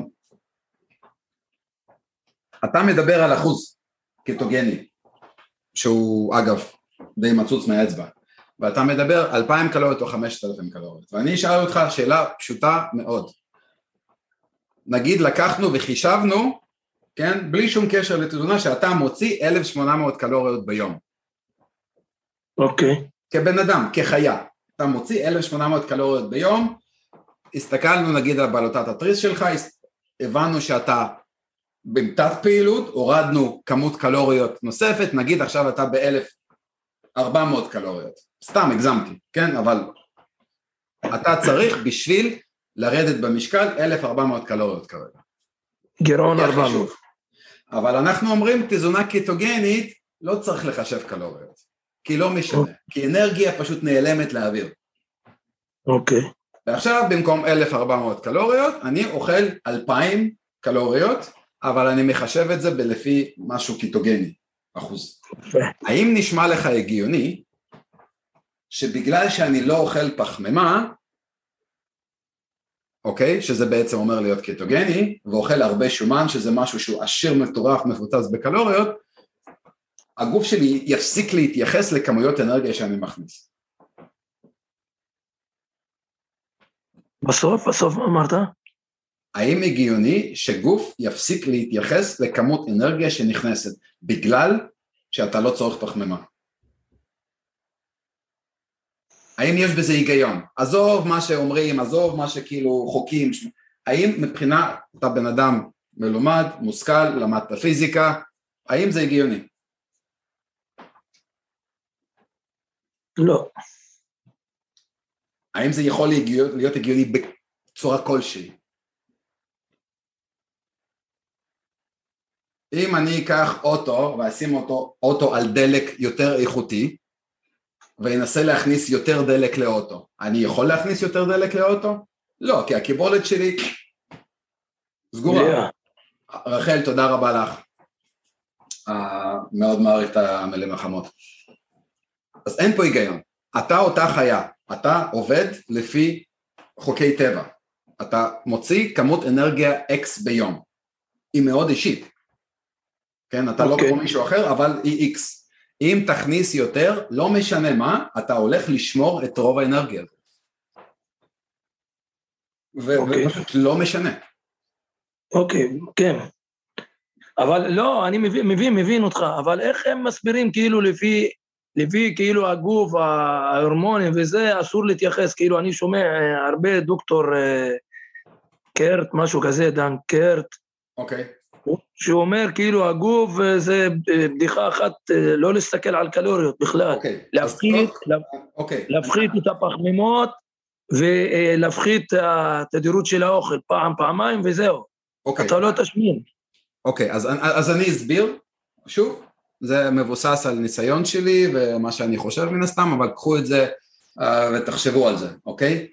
אתה מדבר על אחוז קטוגני, שהוא אגב די מצוץ מהאצבע, ואתה מדבר 2,000 קלוריות או 5,000 קלוריות, ואני אשאל אותך שאלה פשוטה מאוד. נגיד לקחנו וחישבנו, כן, בלי שום קשר לתזונה, שאתה מוציא 1,800 קלוריות ביום. אוקיי. כבן אדם, כחיה, אתה מוציא 1,800 קלוריות ביום, הסתכלנו נגיד על בלוטת התריס שלך, הבנו שאתה בתת פעילות, הורדנו כמות קלוריות נוספת, נגיד עכשיו אתה ב-1,400 קלוריות, סתם הגזמתי, כן, אבל אתה צריך בשביל לרדת במשקל 1,400 קלוריות כרגע. גירעון 400. אבל אנחנו אומרים תזונה קטוגנית, לא צריך לחשב קלוריות, כי לא משנה, כי אנרגיה פשוט נעלמת לאוויר. אוקיי. ועכשיו במקום 1,400 קלוריות, אני אוכל 2,000 קלוריות, אבל אני מחשב את זה לפי משהו קיטוגני, אחוז. האם נשמע לך הגיוני, שבגלל שאני לא אוכל פחמימה, אוקיי, שזה בעצם אומר להיות קיטוגני, ואוכל הרבה שומן, שזה משהו שהוא עשיר מטורף, מפוצץ בקלוריות, הגוף שלי יפסיק להתייחס לכמויות אנרגיה שאני מכניס. בסוף אמרת? האם הגיוני שגוף יפסיק להתייחס לכמות אנרגיה שנכנסת, בגלל שאתה לא צורך פחמימה? האם יש בזה היגיון? עזוב מה שאומרים, עזוב מה שכאילו חוקים, האם מבחינה אתה בן אדם מלומד, מושכל, למדת פיזיקה, האם זה הגיוני? לא. האם זה יכול להיות הגיוני בצורה כלשהי? אם אני אקח אוטו ואשים אוטו על דלק יותר איכותי, וינסה להכניס יותר דלק לאוטו, אני יכול להכניס יותר דלק לאוטו? לא, כי הקיבולת שלי סגורה. רחל, תודה רבה לך. מאוד מעריך את המילים החמות. אז אין פה היגיון. אתה אותה חיה, אתה עובד לפי חוקי טבע. אתה מוציא כמות אנרגיה X ביום. היא מאוד אישית. כן, אתה לא כמו מישהו אחר, אבל היא X. אם תכניס יותר, לא משנה מה, אתה הולך לשמור את רוב האנרגיה. ופשוט לא משנה. אוקיי, כן. אבל לא, אני מבין אותך, אבל איך הם מסבירים כאילו לפי כאילו הגוף, ההורמונים וזה, אסור להתייחס, כאילו אני שומע הרבה דוקטור קרט, משהו כזה, דן קרט. אוקיי. שאומר כאילו הגוף זה בדיחה אחת, לא להסתכל על קלוריות בכלל. אוקיי. להפחית את הפחמימות, ולהפחית את התדירות של האוכל, פעמיים וזהו. אתה לא תשמין. אוקיי, אז אני אסביר, שוב, זה מבוסס על ניסיון שלי ומה שאני חושב מן הסתם, אבל קחו את זה ותחשבו על זה, אוקיי?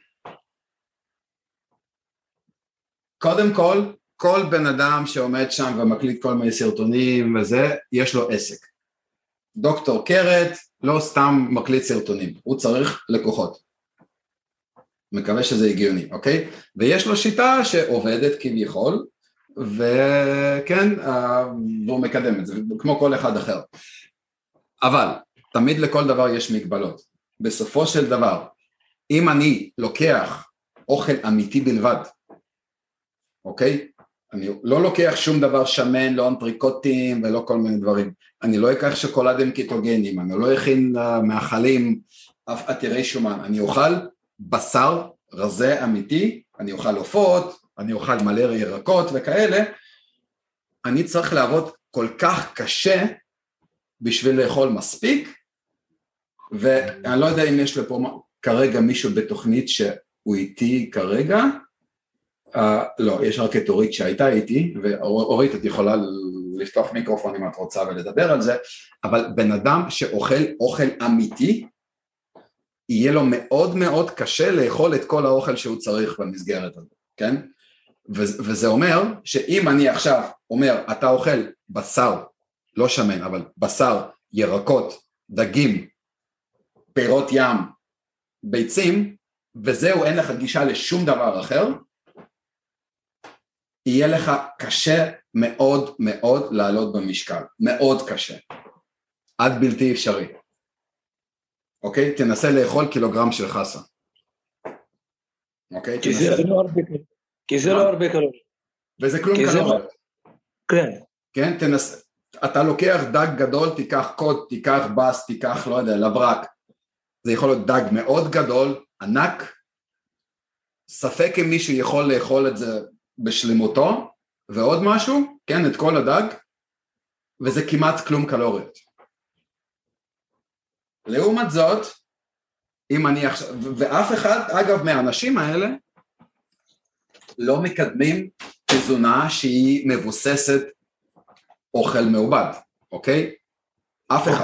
קודם כל בן אדם שעומד שם ומקליט כל מיני סרטונים וזה, יש לו עסק. דוקטור קרת לא סתם מקליט סרטונים, הוא צריך לקוחות. מקווה שזה הגיוני, אוקיי? ויש לו שיטה שעובדת כביכול, וכן, והוא מקדם את זה, כמו כל אחד אחר. אבל, תמיד לכל דבר יש מגבלות. בסופו של דבר, אם אני לוקח אוכל אמיתי בלבד, אוקיי? אני לא לוקח שום דבר שמן, לא אנטריקוטים ולא כל מיני דברים. אני לא אקח שוקולדים קיטוגנים, אני לא אכין מאכלים עתירי שומן, אני אוכל בשר רזה אמיתי, אני אוכל עופות, אני אוכל מלא ירקות וכאלה, אני צריך לעבוד כל כך קשה בשביל לאכול מספיק, ואני לא יודע אם יש לפה כרגע מישהו בתוכנית שהוא איתי כרגע, לא, יש רק את אורית שהייתה איתי, ואורית את יכולה לפתוח מיקרופון אם את רוצה ולדבר על זה, אבל בן אדם שאוכל אוכל אמיתי, יהיה לו מאוד מאוד קשה לאכול את כל האוכל שהוא צריך במסגרת הזאת, כן? וזה אומר שאם אני עכשיו אומר, אתה אוכל בשר, לא שמן, אבל בשר, ירקות, דגים, פירות ים, ביצים, וזהו, אין לך גישה לשום דבר אחר, יהיה לך קשה מאוד מאוד לעלות במשקל, מאוד קשה, עד בלתי אפשרי. אוקיי? תנסה לאכול קילוגרם של חסה. אוקיי? כי זה לא הרבה קלוריות. וזה כלום קלוריות. כן. כן, תנסה. אתה לוקח דג גדול, תיקח קוד, תיקח בס, תיקח, לא יודע, לברק. זה יכול להיות דג מאוד גדול, ענק. ספק אם מישהו יכול לאכול את זה בשלמותו, ועוד משהו, כן, את כל הדג, וזה כמעט כלום קלוריות. לעומת זאת, אם אני עכשיו, ואף אחד, אגב, מהאנשים האלה, לא מקדמים תזונה שהיא מבוססת אוכל מעובד, אוקיי? אף אחד.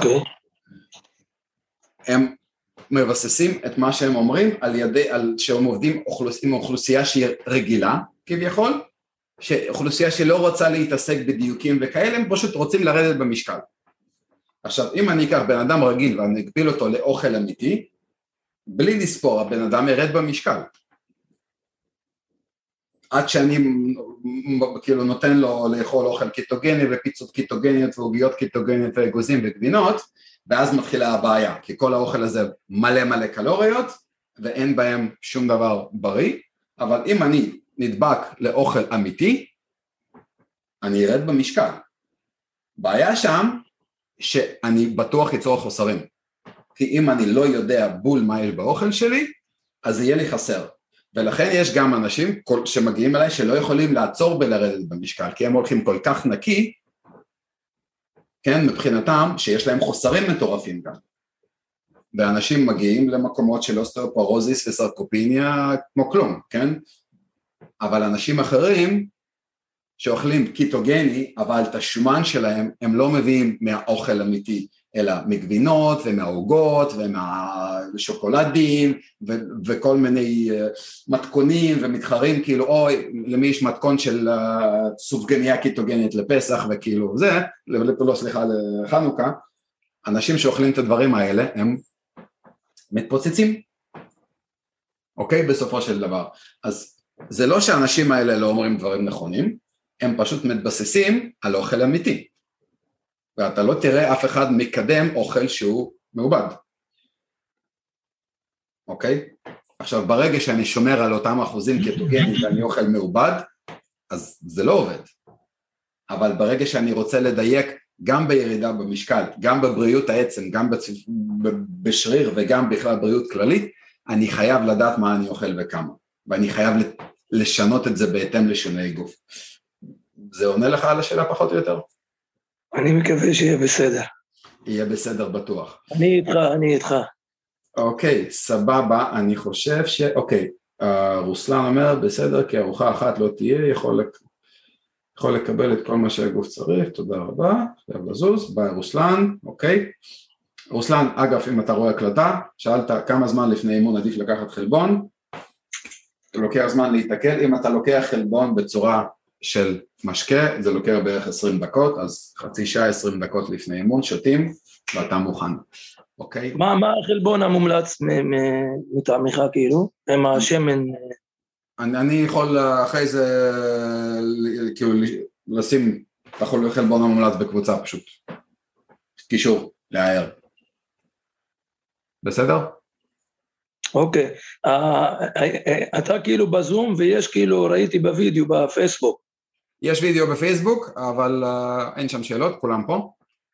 הם מבססים את מה שהם אומרים שהם עובדים עם אוכלוסייה שהיא רגילה, כביכול, שאוכלוסייה שלא רוצה להתעסק בדיוקים וכאלה, הם פשוט רוצים לרדת במשקל. עכשיו, אם אני אקח בן אדם רגיל ואני אגביל אותו לאוכל אמיתי, בלי לספור, הבן אדם ירד במשקל. עד שאני כאילו נותן לו לאכול אוכל קיטוגני ופיצות קיטוגניות ועוגיות קיטוגניות ואגוזים וגבינות, ואז מתחילה הבעיה, כי כל האוכל הזה מלא מלא קלוריות, ואין בהם שום דבר בריא, אבל אם אני נדבק לאוכל אמיתי, אני ארד במשקל. בעיה שם, שאני בטוח ייצור חוסרים, כי אם אני לא יודע בול מה יש באוכל שלי, אז יהיה לי חסר. ולכן יש גם אנשים שמגיעים אליי שלא יכולים לעצור בלרדת במשקל, כי הם הולכים כל כך נקי, כן, מבחינתם שיש להם חוסרים מטורפים גם. ואנשים מגיעים למקומות של אוסטאופורוזיס וסרקופיניה כמו כלום, כן? אבל אנשים אחרים שאוכלים קיטוגני, אבל את השומן שלהם הם לא מביאים מהאוכל אמיתי, אלא מגבינות ומהעוגות ומהשוקולדים וכל מיני מתכונים ומתחרים, כאילו אוי, למי יש מתכון של סופגניה קיטוגנית לפסח וכאילו זה, לא סליחה לחנוכה, אנשים שאוכלים את הדברים האלה הם מתפוצצים, אוקיי? בסופו של דבר. אז זה לא שהאנשים האלה לא אומרים דברים נכונים, הם פשוט מתבססים על אוכל אמיתי. ואתה לא תראה אף אחד מקדם אוכל שהוא מעובד. אוקיי? עכשיו, ברגע שאני שומר על אותם אחוזים קטוגניים ואני אוכל מעובד, אז זה לא עובד. אבל ברגע שאני רוצה לדייק גם בירידה במשקל, גם בבריאות העצם, גם בשריר וגם בכלל בריאות כללית, אני חייב לדעת מה אני אוכל וכמה. ואני חייב לשנות את זה בהתאם לשינויי גוף. זה עונה לך על השאלה פחות או יותר? אני מקווה שיהיה בסדר. יהיה בסדר בטוח. אני איתך. אוקיי, סבבה, אני חושב אוקיי, רוסלן אומר, בסדר, כי ארוחה אחת לא תהיה, יכול לקבל את כל מה שהגוף צריך, תודה רבה, חייב לזוז, ביי רוסלן, אוקיי. רוסלן, אגב, אם אתה רואה הקלטה, שאלת כמה זמן לפני אימון עדיף לקחת חלבון, לוקח זמן להתעכל, אם אתה לוקח חלבון בצורה של משקה, זה לוקח בערך 20 דקות, אז חצי שעה 20 דקות לפני אימון, שותים, ואתה מוכן, אוקיי? מה החלבון המומלץ מטעמך כאילו? עם השמן? אני יכול אחרי זה, כאילו, לשים, אתה יכול חלבון המומלץ בקבוצה פשוט, קישור, להער. בסדר? אוקיי, אתה כאילו בזום ויש כאילו, ראיתי בווידאו בפייסבוק. יש וידאו בפייסבוק, אבל אין שם שאלות, כולם פה.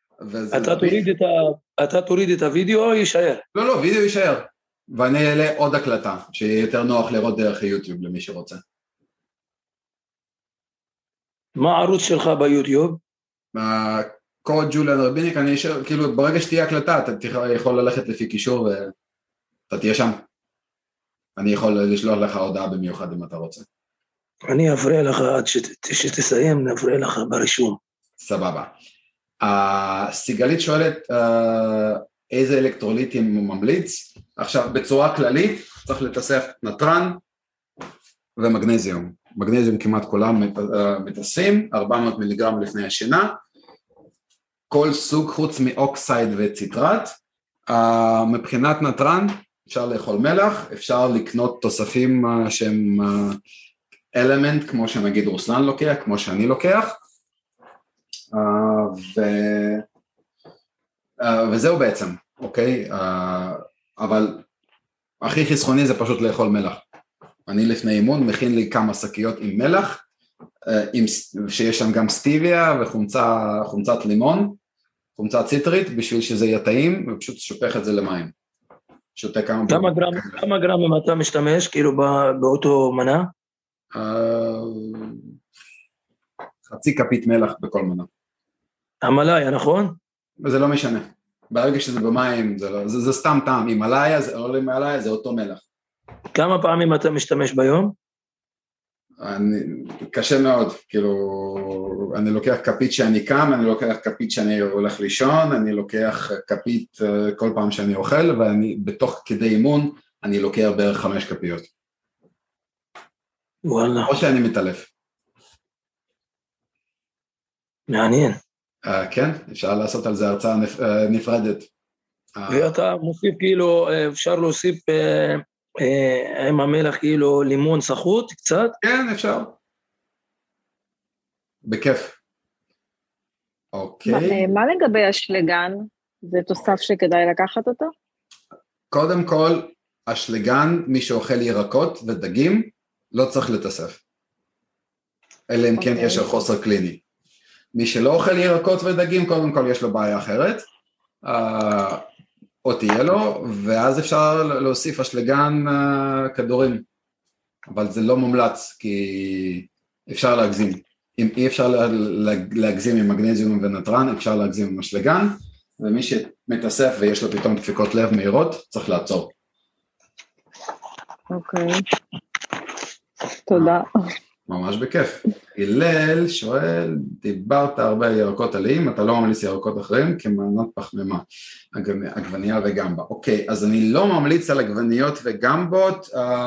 אתה תוריד את הוידאו או יישאר? לא, וידאו יישאר. ואני אעלה עוד הקלטה, שיהיה יותר נוח לראות דרך היוטיוב למי שרוצה. מה הערוץ שלך ביוטיוב? קוד ג'וליאן רביניק, אני אשאר, כאילו ברגע שתהיה הקלטה, אתה יכול ללכת לפי קישור ואתה תהיה שם. אני יכול לשלוח לך הודעה במיוחד אם אתה רוצה. אני אפריע לך עד שתסיים, נפריע לך ברישום. סבבה. סיגלית שואלת איזה אלקטרוליטים הוא ממליץ. עכשיו, בצורה כללית, צריך לתאסף נטרן ומגנזיום. מגנזיום כמעט כולם מתאספים, 400 מיליגרם לפני השינה. כל סוג חוץ מאוקסייד וציטרט. מבחינת נטרן, אפשר לאכול מלח, אפשר לקנות תוספים שהם אלמנט, כמו שנגיד רוסלן לוקח, כמו שאני לוקח, וזהו בעצם, אוקיי? אבל הכי חסכוני זה פשוט לאכול מלח. אני לפני אימון מכין לי כמה שקיות עם מלח, שיש שם גם סטיביה וחומצת לימון, חומצה ציטרית, בשביל שזה יהיה טעים, ופשוט שופך את זה למים. שותה כמה גרם אתה משתמש, כאילו באותו מנה? חצי כפית מלח בכל מנה. המלאיה, נכון? זה לא משנה. ברגע שזה במים, זה סתם טעם. עם מלאיה, או לא עם מלאיה, זה אותו מלח. כמה פעמים אתה משתמש ביום? קשה מאוד, כאילו, אני לוקח כפית שאני קם, אני לוקח כפית שאני הולך לישון, אני לוקח כפית כל פעם שאני אוכל, ואני בתוך כדי אימון, אני לוקח בערך 5 כפיות. וואלה. או שאני מתעלף. מעניין. כן, אפשר לעשות על זה הרצאה נפרדת. ואתה מוסיף כאילו, אפשר להוסיף עם המלח כאילו לימון סחוט קצת? כן, אפשר. בכיף. אוקיי. מה לגבי אשלגן? זה תוסף שכדאי לקחת אותו? קודם כל, אשלגן, מי שאוכל ירקות ודגים, לא צריך לתוסף. אלא אם כן יש חוסר קליני. מי שלא אוכל ירקות ודגים, קודם כל יש לו בעיה אחרת, או תהיה לו, ואז אפשר להוסיף אשלגן כדורים, אבל זה לא מומלץ, כי אפשר להגזים. אם אי אפשר להגזים עם מגנזיום ונטרן, אפשר להגזים עם אשלגן, ומי שמתאסף ויש לו פתאום דפיקות לב מהירות, צריך לעצור. אוקיי. תודה. ממש בכיף. הלל שואל, דיברת הרבה על ירקות עליים, אתה לא ממליץ ירקות אחרים כמנת פחמימה, עגבנייה וגמבה. אוקיי, אז אני לא ממליץ על עגבניות וגמבות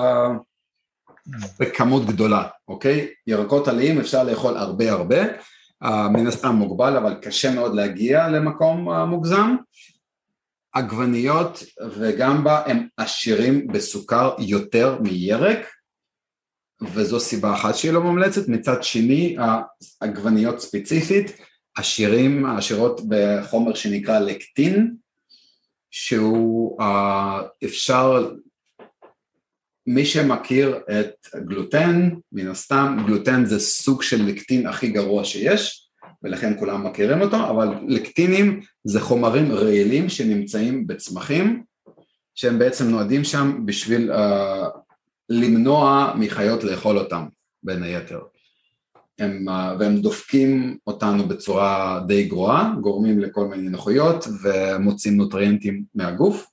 בכמות גדולה, אוקיי? ירקות עליים אפשר לאכול הרבה, מן הסתם מוגבל, אבל קשה מאוד להגיע למקום מוגזם. עגבניות וגמבה הם עשירים בסוכר יותר מירק, וזו סיבה אחת שהיא לא ממלצת. מצד שני, העגבניות ספציפית, עשירות בחומר שנקרא לקטין, שהוא אפשר, מי שמכיר את גלוטן, מן הסתם, גלוטן זה סוג של לקטין הכי גרוע שיש, ולכן כולם מכירים אותו, אבל לקטינים זה חומרים רעילים שנמצאים בצמחים, שהם בעצם נועדים שם בשביל למנוע מחיות לאכול אותם, בין היתר. והם דופקים אותנו בצורה די גרועה, גורמים לכל מיני נכויות, ומוצאים נוטריאנטים מהגוף,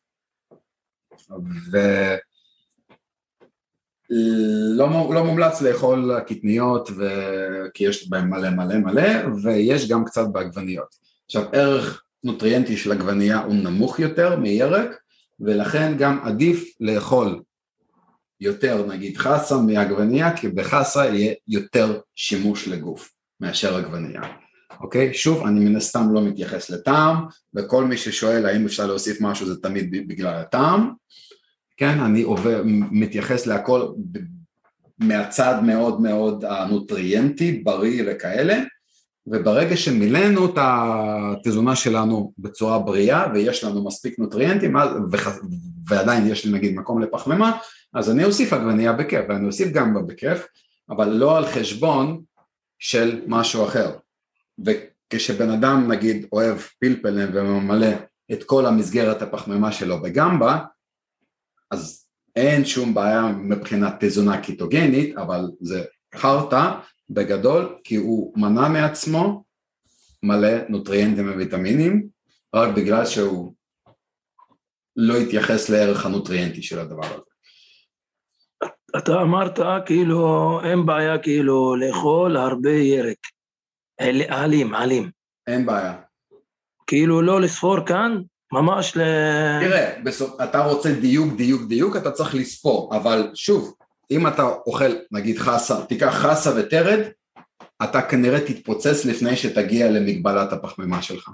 לא מומלץ לאכול קטניות, כי יש בהם מלא, ויש גם קצת בעגבניות. עכשיו, ערך נוטריאנטי של עגבנייה הוא נמוך יותר מירק, ולכן גם עדיף לאכול יותר, נגיד חסה מעגבנייה, כי בחסה יהיה יותר שימוש לגוף מאשר עגבנייה. אוקיי? שוב, אני מן הסתם לא מתייחס לטעם, וכל מי ששואל האם אפשר להוסיף משהו, זה תמיד בגלל הטעם. כן, אני מתייחס להכל מהצד מאוד מאוד הנוטריאנטי, בריא וכאלה, וברגע שמילאנו את התזונה שלנו בצורה בריאה, ויש לנו מספיק נוטריאנטים, ועדיין יש לי נגיד מקום לפחמימה, אז אני אוסיף עגבנייה בכיף, ואני אוסיף גמבה בכיף, אבל לא על חשבון של משהו אחר. וכשבן אדם נגיד אוהב פלפלים וממלא את כל המסגרת הפחמימה שלו בגמבה, אז אין שום בעיה מבחינת תזונה קיטוגנית, אבל זה חרטה בגדול, כי הוא מנע מעצמו מלא נוטריאנטים וויטמינים, רק בגלל שהוא לא התייחס לערך הנוטריאנטי של הדבר הזה. אתה אמרת כאילו אין בעיה כאילו לאכול הרבה ירק, עלים. אין בעיה. כאילו לא לספור כאן, ממש תראה, אתה רוצה דיוק, אתה צריך לספור, אבל שוב, אם אתה אוכל נגיד חסה, תיקח חסה ותרד, אתה כנראה תתפוצץ לפני שתגיע למגבלת הפחמימה שלך.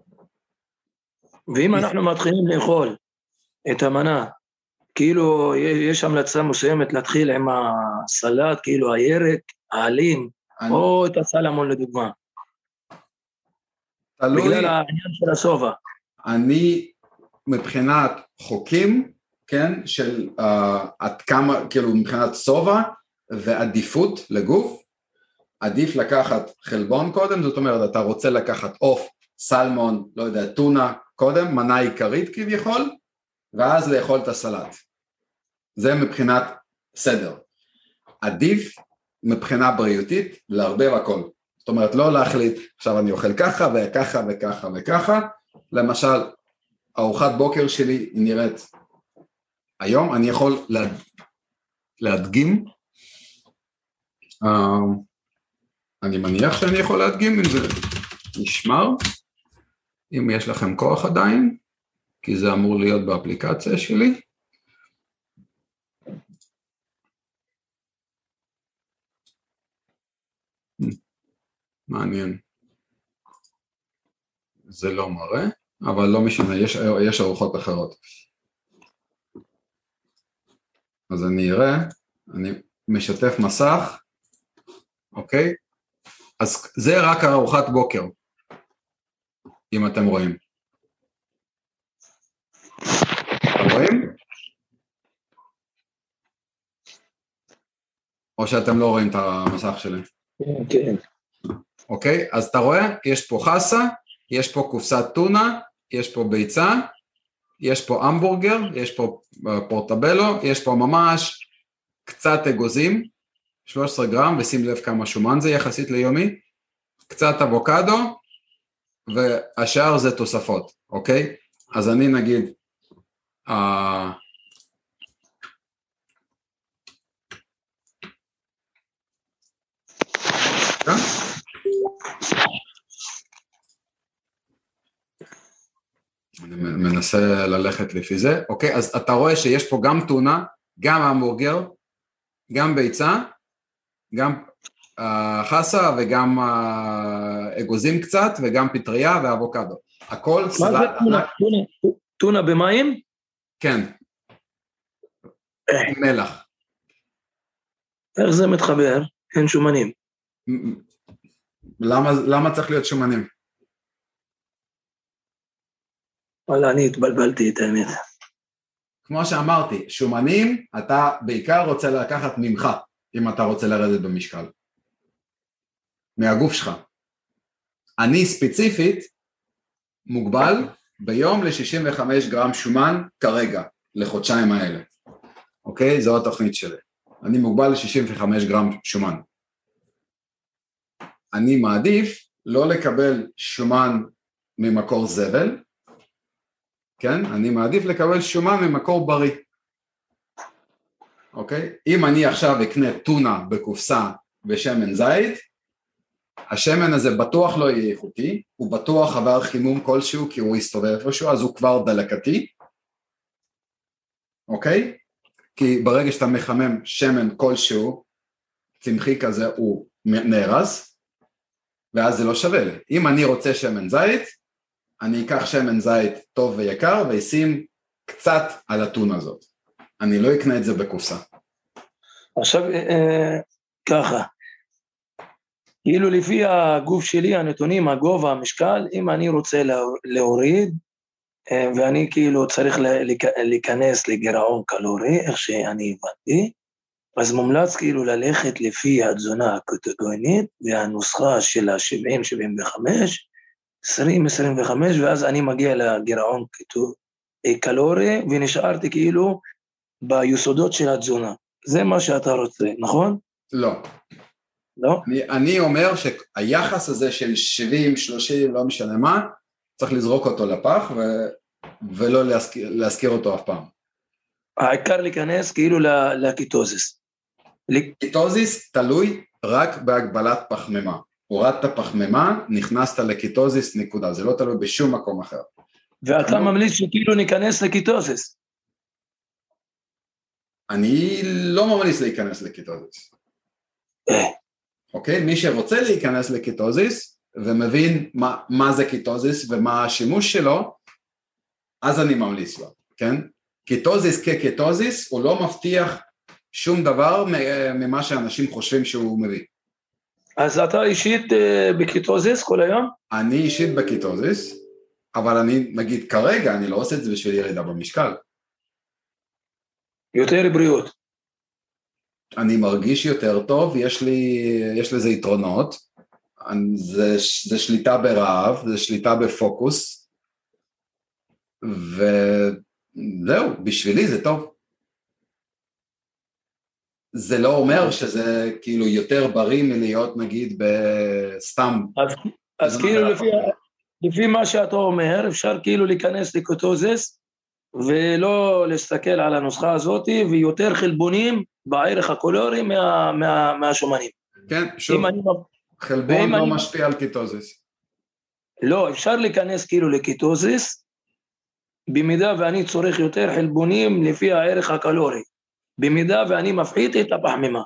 ואם אנחנו מתחילים לאכול את המנה, כאילו יש המלצה מסוימת להתחיל עם הסלט, כאילו הירק, העלים, או את הסלמון לדוגמה. תלוי. בגלל העניין של הסובה. אני מבחינת חוקים, כן, של עד כמה, כאילו מבחינת סובה ועדיפות לגוף, עדיף לקחת חלבון קודם, זאת אומרת, אתה רוצה לקחת עוף, סלמון, לא יודע, טונה קודם, מנה עיקרית כביכול, ואז לאכול את הסלט. זה מבחינת סדר. עדיף מבחינה בריאותית להרבה הכל. זאת אומרת, לא להחליט, עכשיו אני אוכל ככה וככה וככה וככה, למשל, ארוחת בוקר שלי היא נראית, היום אני יכול להדגים, אני מניח שאני יכול להדגים אם זה נשמר, אם יש לכם כוח עדיין, כי זה אמור להיות באפליקציה שלי. מעניין. זה לא מראה, אבל לא משנה, יש ארוחות אחרות. אז אני אראה, אני משתף מסך, אוקיי? אז זה רק ארוחת בוקר, אם אתם רואים. אתם רואים? או שאתם לא רואים את המסך שלי? כן. אוקיי, אז אתה רואה, יש פה חסה, יש פה קופסת טונה, יש פה ביצה, יש פה המבורגר, יש פה פורטבלו, יש פה ממש קצת אגוזים, 13 גרם, ושים לב כמה שומן זה יחסית ליומי, קצת אבוקדו, והשאר זה תוספות, אוקיי? אז אני נגיד, אני מנסה ללכת לפי זה, אוקיי, אז אתה רואה שיש פה גם טונה, גם המבורגר, גם ביצה, גם חסה וגם אגוזים קצת, וגם פטריה ואבוקדו. הכל סלט. מה זה טונה? טונה במים? כן. עם מלח. איך זה מתחבר? אין שומנים. למה צריך להיות שומנים? וואלה, אני התבלבלתי את האמת. כמו שאמרתי, שומנים אתה בעיקר רוצה לקחת ממך, אם אתה רוצה לרדת במשקל. מהגוף שלך. אני ספציפית מוגבל ביום ל-65 גרם שומן כרגע, לחודשיים האלה. אוקיי? זו התוכנית שלי. אני מוגבל ל-65 גרם שומן. אני מעדיף לא לקבל שומן ממקור זבל, כן? אני מעדיף לקבל שומן ממקור בריא. אוקיי? אם אני עכשיו אקנה טונה בקופסה בשמן זית, השמן הזה בטוח לא יהיה איכותי, הוא בטוח עבר חימום כלשהו כי הוא יסתובב איפשהו, אז הוא כבר דלקתי. אוקיי? כי ברגע שאתה מחמם שמן כלשהו, צמחי כזה הוא נהרס, ואז זה לא שווה לי. אם אני רוצה שמן זית, אני אקח שמן זית טוב ויקר, וישים קצת על הטונה הזאת. אני לא אקנה את זה בקופסה. עכשיו, ככה, כאילו לפי הגוף שלי, הנתונים, הגובה, המשקל, אם אני רוצה להוריד, ואני כאילו צריך להיכנס לגירעון קלורי, איך שאני הבנתי, אז מומלץ כאילו ללכת לפי התזונה הקטוגנית, והנוסחה של ה-70-75, 20-25, ואז אני מגיע לגירעון קלורי, ונשארתי כאילו ביסודות של התזונה. זה מה שאתה רוצה, נכון? לא. לא? אני אומר שהיחס הזה של 70-30, לא משנה מה, צריך לזרוק אותו לפח, ולא להזכיר אותו אף פעם. העיקר להיכנס כאילו לקיטוזיס. קיטוזיס תלוי רק בהגבלת פחמימה. הורדת פחמימה, נכנסת לקיטוזיס, נקודה. זה לא תלוי בשום מקום אחר. ואתה ממליץ שכאילו ניכנס לקיטוזיס. אני לא ממליץ להיכנס לקיטוזיס. אוקיי? מי שרוצה להיכנס לקיטוזיס, ומבין מה זה קיטוזיס ומה השימוש שלו, אז אני ממליץ לו, כן? קיטוזיס כקיטוזיס, הוא לא מבטיח שום דבר ממה שאנשים חושבים שהוא מביא. אז אתה אישית בקיטוזיס כל היום? אני אישית בקיטוזיס, אבל אני, נגיד, כרגע אני לא עושה את זה בשביל ירידה במשקל. יותר בריאות. אני מרגיש יותר טוב, יש לזה יתרונות, זה שליטה ברעב, זה שליטה בפוקוס, וזהו, בשבילי זה טוב. זה לא אומר שזה כאילו יותר בריא מלהיות נגיד בסתם. אז כאילו לפי מה שאתה אומר, אפשר כאילו להיכנס לקיטוזיס, ולא להסתכל על הנוסחה הזאת, ויותר חלבונים בערך הקלורי מהשומנים. כן, שוב, חלבון לא משפיע על קיטוזיס. לא, אפשר להיכנס כאילו לקיטוזיס, במידה ואני צורך יותר חלבונים לפי הערך הקלורי, במידה ואני מפחית את הפחמימה.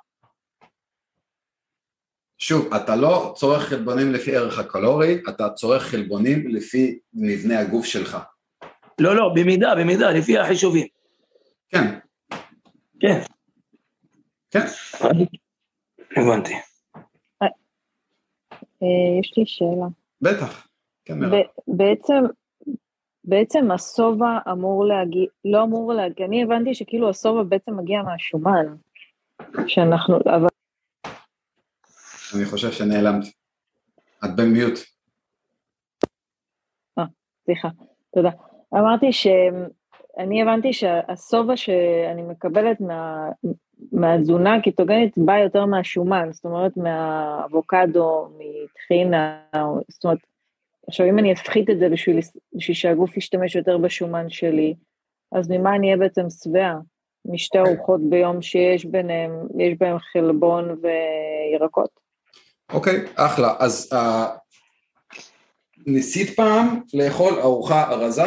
שוב, אתה לא צורך חלבונים לפי ערך הקלורי, אתה צורך חלבונים לפי מבנה הגוף שלך. לא, במידה, לפי החישובים. כן. כן. כן. הבנתי. יש לי שאלה. בטח. כן, מירב. בעצם הסובה אמור להגיע, לא אמור להגיע, אני הבנתי שכאילו הסובה בעצם מגיע מהשומן, שאנחנו, אבל... אני חושב שנעלמת. את במיוט. סליחה, תודה. אמרתי שאני הבנתי שהסובה שאני מקבלת מהתזונה הקיטוגנית באה יותר מהשומן, זאת אומרת מהאבוקדו, מטחינה, זאת אומרת, עכשיו אם אני אפחית את זה בשביל שהגוף ישתמש יותר בשומן שלי, אז ממה אני אהיה בעצם שבעה? משתי ארוחות ביום שיש ביניהם, יש בהם חלבון וירקות. אוקיי, אחלה. אז ניסית פעם לאכול ארוחה רזה?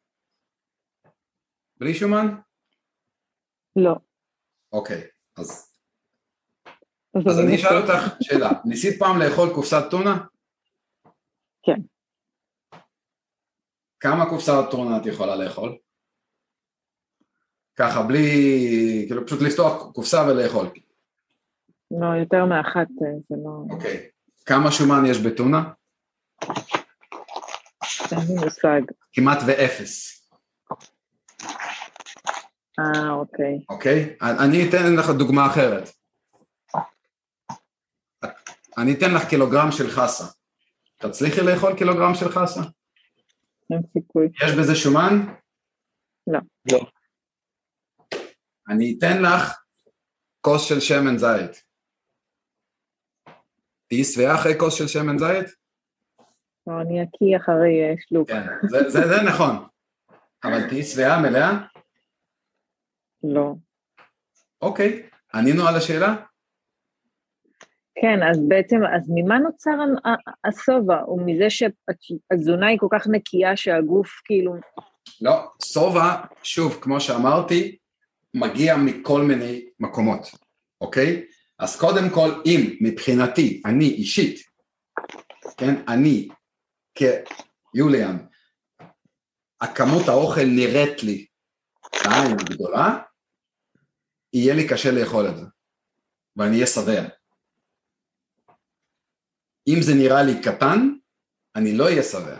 בלי שומן? לא. אוקיי, אז אני אשאל אותך שאלה. ניסית פעם לאכול קופסת טונה? כן. כמה קופסת טונה את יכולה לאכול? ככה, בלי, כאילו פשוט לפתוח קופסה ולאכול. לא, יותר מאחת, זה לא... אוקיי. כמה שומן יש בטונה? אין לי מושג. כמעט ואפס. אוקיי. אוקיי? אני אתן לך דוגמה אחרת. אני אתן לך קילוגרם של חסה. תצליחי לאכול קילוגרם של חסה? אין סיכוי. יש בזה שומן? לא. לא. אני אתן לך כוס של שמן זית. תהי שבעה אחרי כוס של שמן זית? לא, אני אקיא אחרי שלוק. כן, זה נכון. אבל תהי שבעה מלאה? לא. אוקיי, ענינו על השאלה? כן, אז בעצם, אז ממה נוצר הסובה? ומזה שהתזונה היא כל כך נקייה שהגוף כאילו... לא, סובה, שוב, כמו שאמרתי, מגיע מכל מיני מקומות, אוקיי? אז קודם כל, אם מבחינתי, אני אישית, כן, אני כיוליאן, הכמות האוכל נראית לי לעין גדולה, יהיה לי קשה לאכול את זה, ואני אהיה שבע. אם זה נראה לי קטן, אני לא אהיה שבע.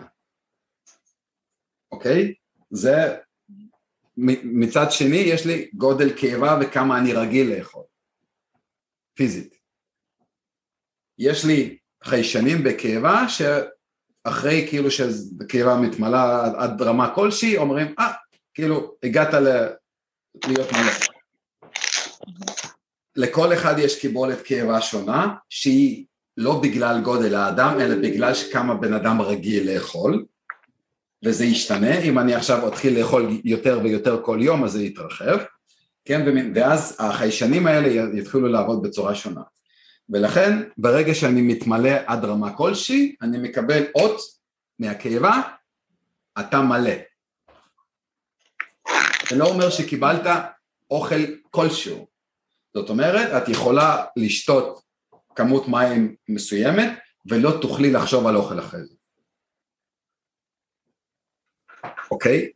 אוקיי? זה, מצד שני, יש לי גודל קיבה וכמה אני רגיל לאכול. פיזית. יש לי חיישנים בקיבה, שאחרי כאילו שהקיבה מתמלה עד רמה כלשהי, אומרים, כאילו, הגעת להיות מלא. לכל אחד יש קיבולת קיבה שונה, שהיא לא בגלל גודל האדם, אלא בגלל שכמה בן אדם רגיל לאכול, וזה ישתנה, אם אני עכשיו אתחיל לאכול יותר ויותר כל יום, אז זה יתרחב, כן, ואז החיישנים האלה יתחילו לעבוד בצורה שונה. ולכן, ברגע שאני מתמלא עד רמה כלשהי, אני מקבל אות מהקיבה, אתה מלא. זה לא אומר שקיבלת אוכל כלשהו. זאת אומרת, את יכולה לשתות כמות מים מסוימת, ולא תוכלי לחשוב על אוכל אחרי זה. אוקיי?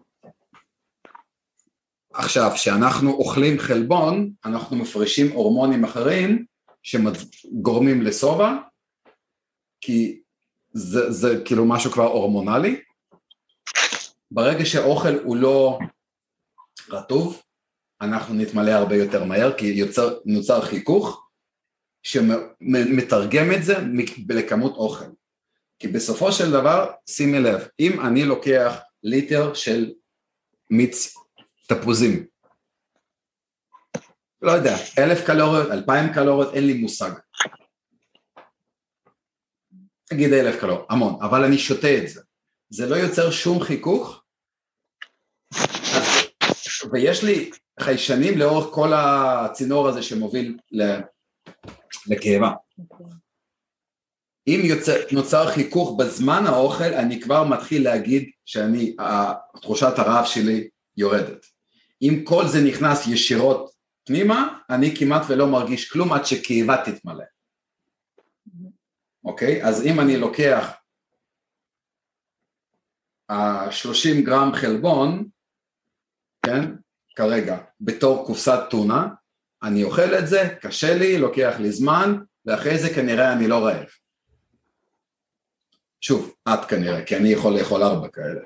עכשיו, כשאנחנו אוכלים חלבון, אנחנו מפרישים הורמונים אחרים, שגורמים לסובה, כי זה כאילו משהו כבר הורמונלי. ברגע שאוכל הוא לא רטוב, אנחנו נתמלא הרבה יותר מהר, כי נוצר חיכוך, שמתרגם את זה לכמות אוכל. כי בסופו של דבר, שימי לב, אם אני לוקח ליטר של מיץ תפוזים, לא יודע, 1,000 קלוריות, 2,000 קלוריות, אין לי מושג. אגיד 1,000 קלוריות, המון, אבל אני שותה את זה. זה לא יוצר שום חיכוך, ויש לי חיישנים לאורך כל הצינור הזה שמוביל לקיבה. אם נוצר חיכוך בזמן האוכל, אני כבר מתחיל להגיד תחושת הרעב שלי יורדת. אם כל זה נכנס ישירות פנימה, אני כמעט ולא מרגיש כלום עד שקיבה תתמלא. אוקיי? אז אם אני לוקח 30 גרם חלבון, כן? כרגע, בתור קופסת טונה, אני אוכל את זה, קשה לי, לוקח לי זמן, ואחרי זה כנראה אני לא רעב. שוב, את כנראה, כי אני יכול לאכול 4 כאלה.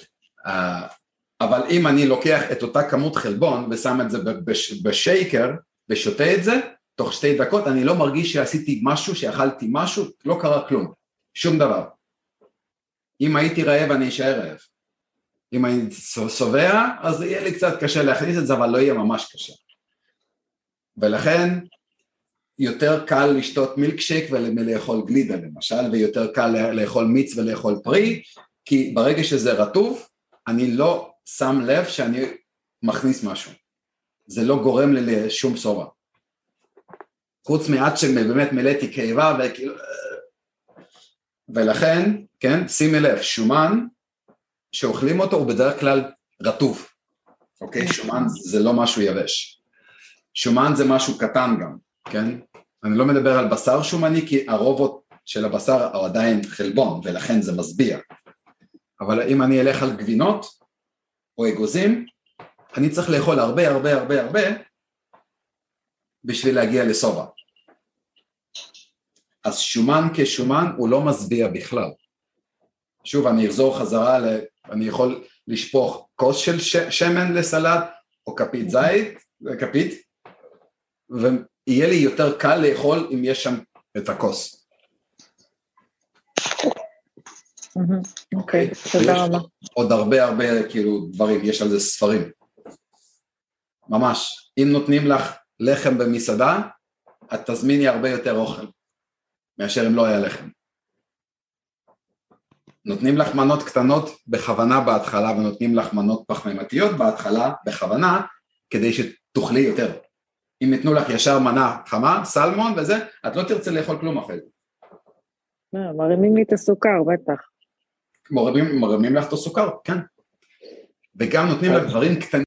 אבל אם אני לוקח את אותה כמות חלבון, ושם את זה בשייקר, ושותה את זה, תוך 2 דקות אני לא מרגיש שעשיתי משהו, שאכלתי משהו, לא קרה כלום, שום דבר. אם הייתי רעב, אני אשאר רעב. אם אני סובע, אז יהיה לי קצת קשה להכניס את זה, אבל לא יהיה ממש קשה. ולכן, יותר קל לשתות מילקשייק ולאכול גלידה למשל, ויותר קל לאכול מיץ ולאכול פרי, כי ברגע שזה רטוב, אני לא שם לב שאני מכניס משהו. זה לא גורם לי לשום בשורה. חוץ מעט שבאמת מילאתי כאבה, ולכן, כן, שימי לב, שומן, שאוכלים אותו הוא בדרך כלל רטוב. אוקיי? שומן זה לא משהו יבש. שומן זה משהו קטן גם, כן? אני לא מדבר על בשר שומני, כי הרוב של הבשר הוא עדיין חלבון, ולכן זה משביע. אבל אם אני אלך על גבינות, או אגוזים, אני צריך לאכול הרבה, הרבה, הרבה, הרבה, בשביל להגיע לסובה. אז שומן כשומן הוא לא משביע בכלל. שוב, אני אחזור חזרה, אני יכול לשפוך כוס של שמן לסלט, או כפית זית, כפית, ויהיה לי יותר קל לאכול אם יש שם את הכוס. אוקיי, תודה רבה. עוד הרבה כאילו דברים, יש על זה ספרים. ממש, אם נותנים לך לחם במסעדה, את תזמיני הרבה יותר אוכל, מאשר אם לא היה לחם. נותנים לך מנות קטנות בכוונה בהתחלה, ונותנים לך מנות פחמימתיות בהתחלה בכוונה, כדי שתאכלי יותר. אם יתנו לך ישר מנה חמה, סלמון וזה, את לא תרצה לאכול כלום אחרי זה. מרימים לי את הסוכר, בטח. מרימים לך את הסוכר, כן. וגם נותנים לך דברים קטנים,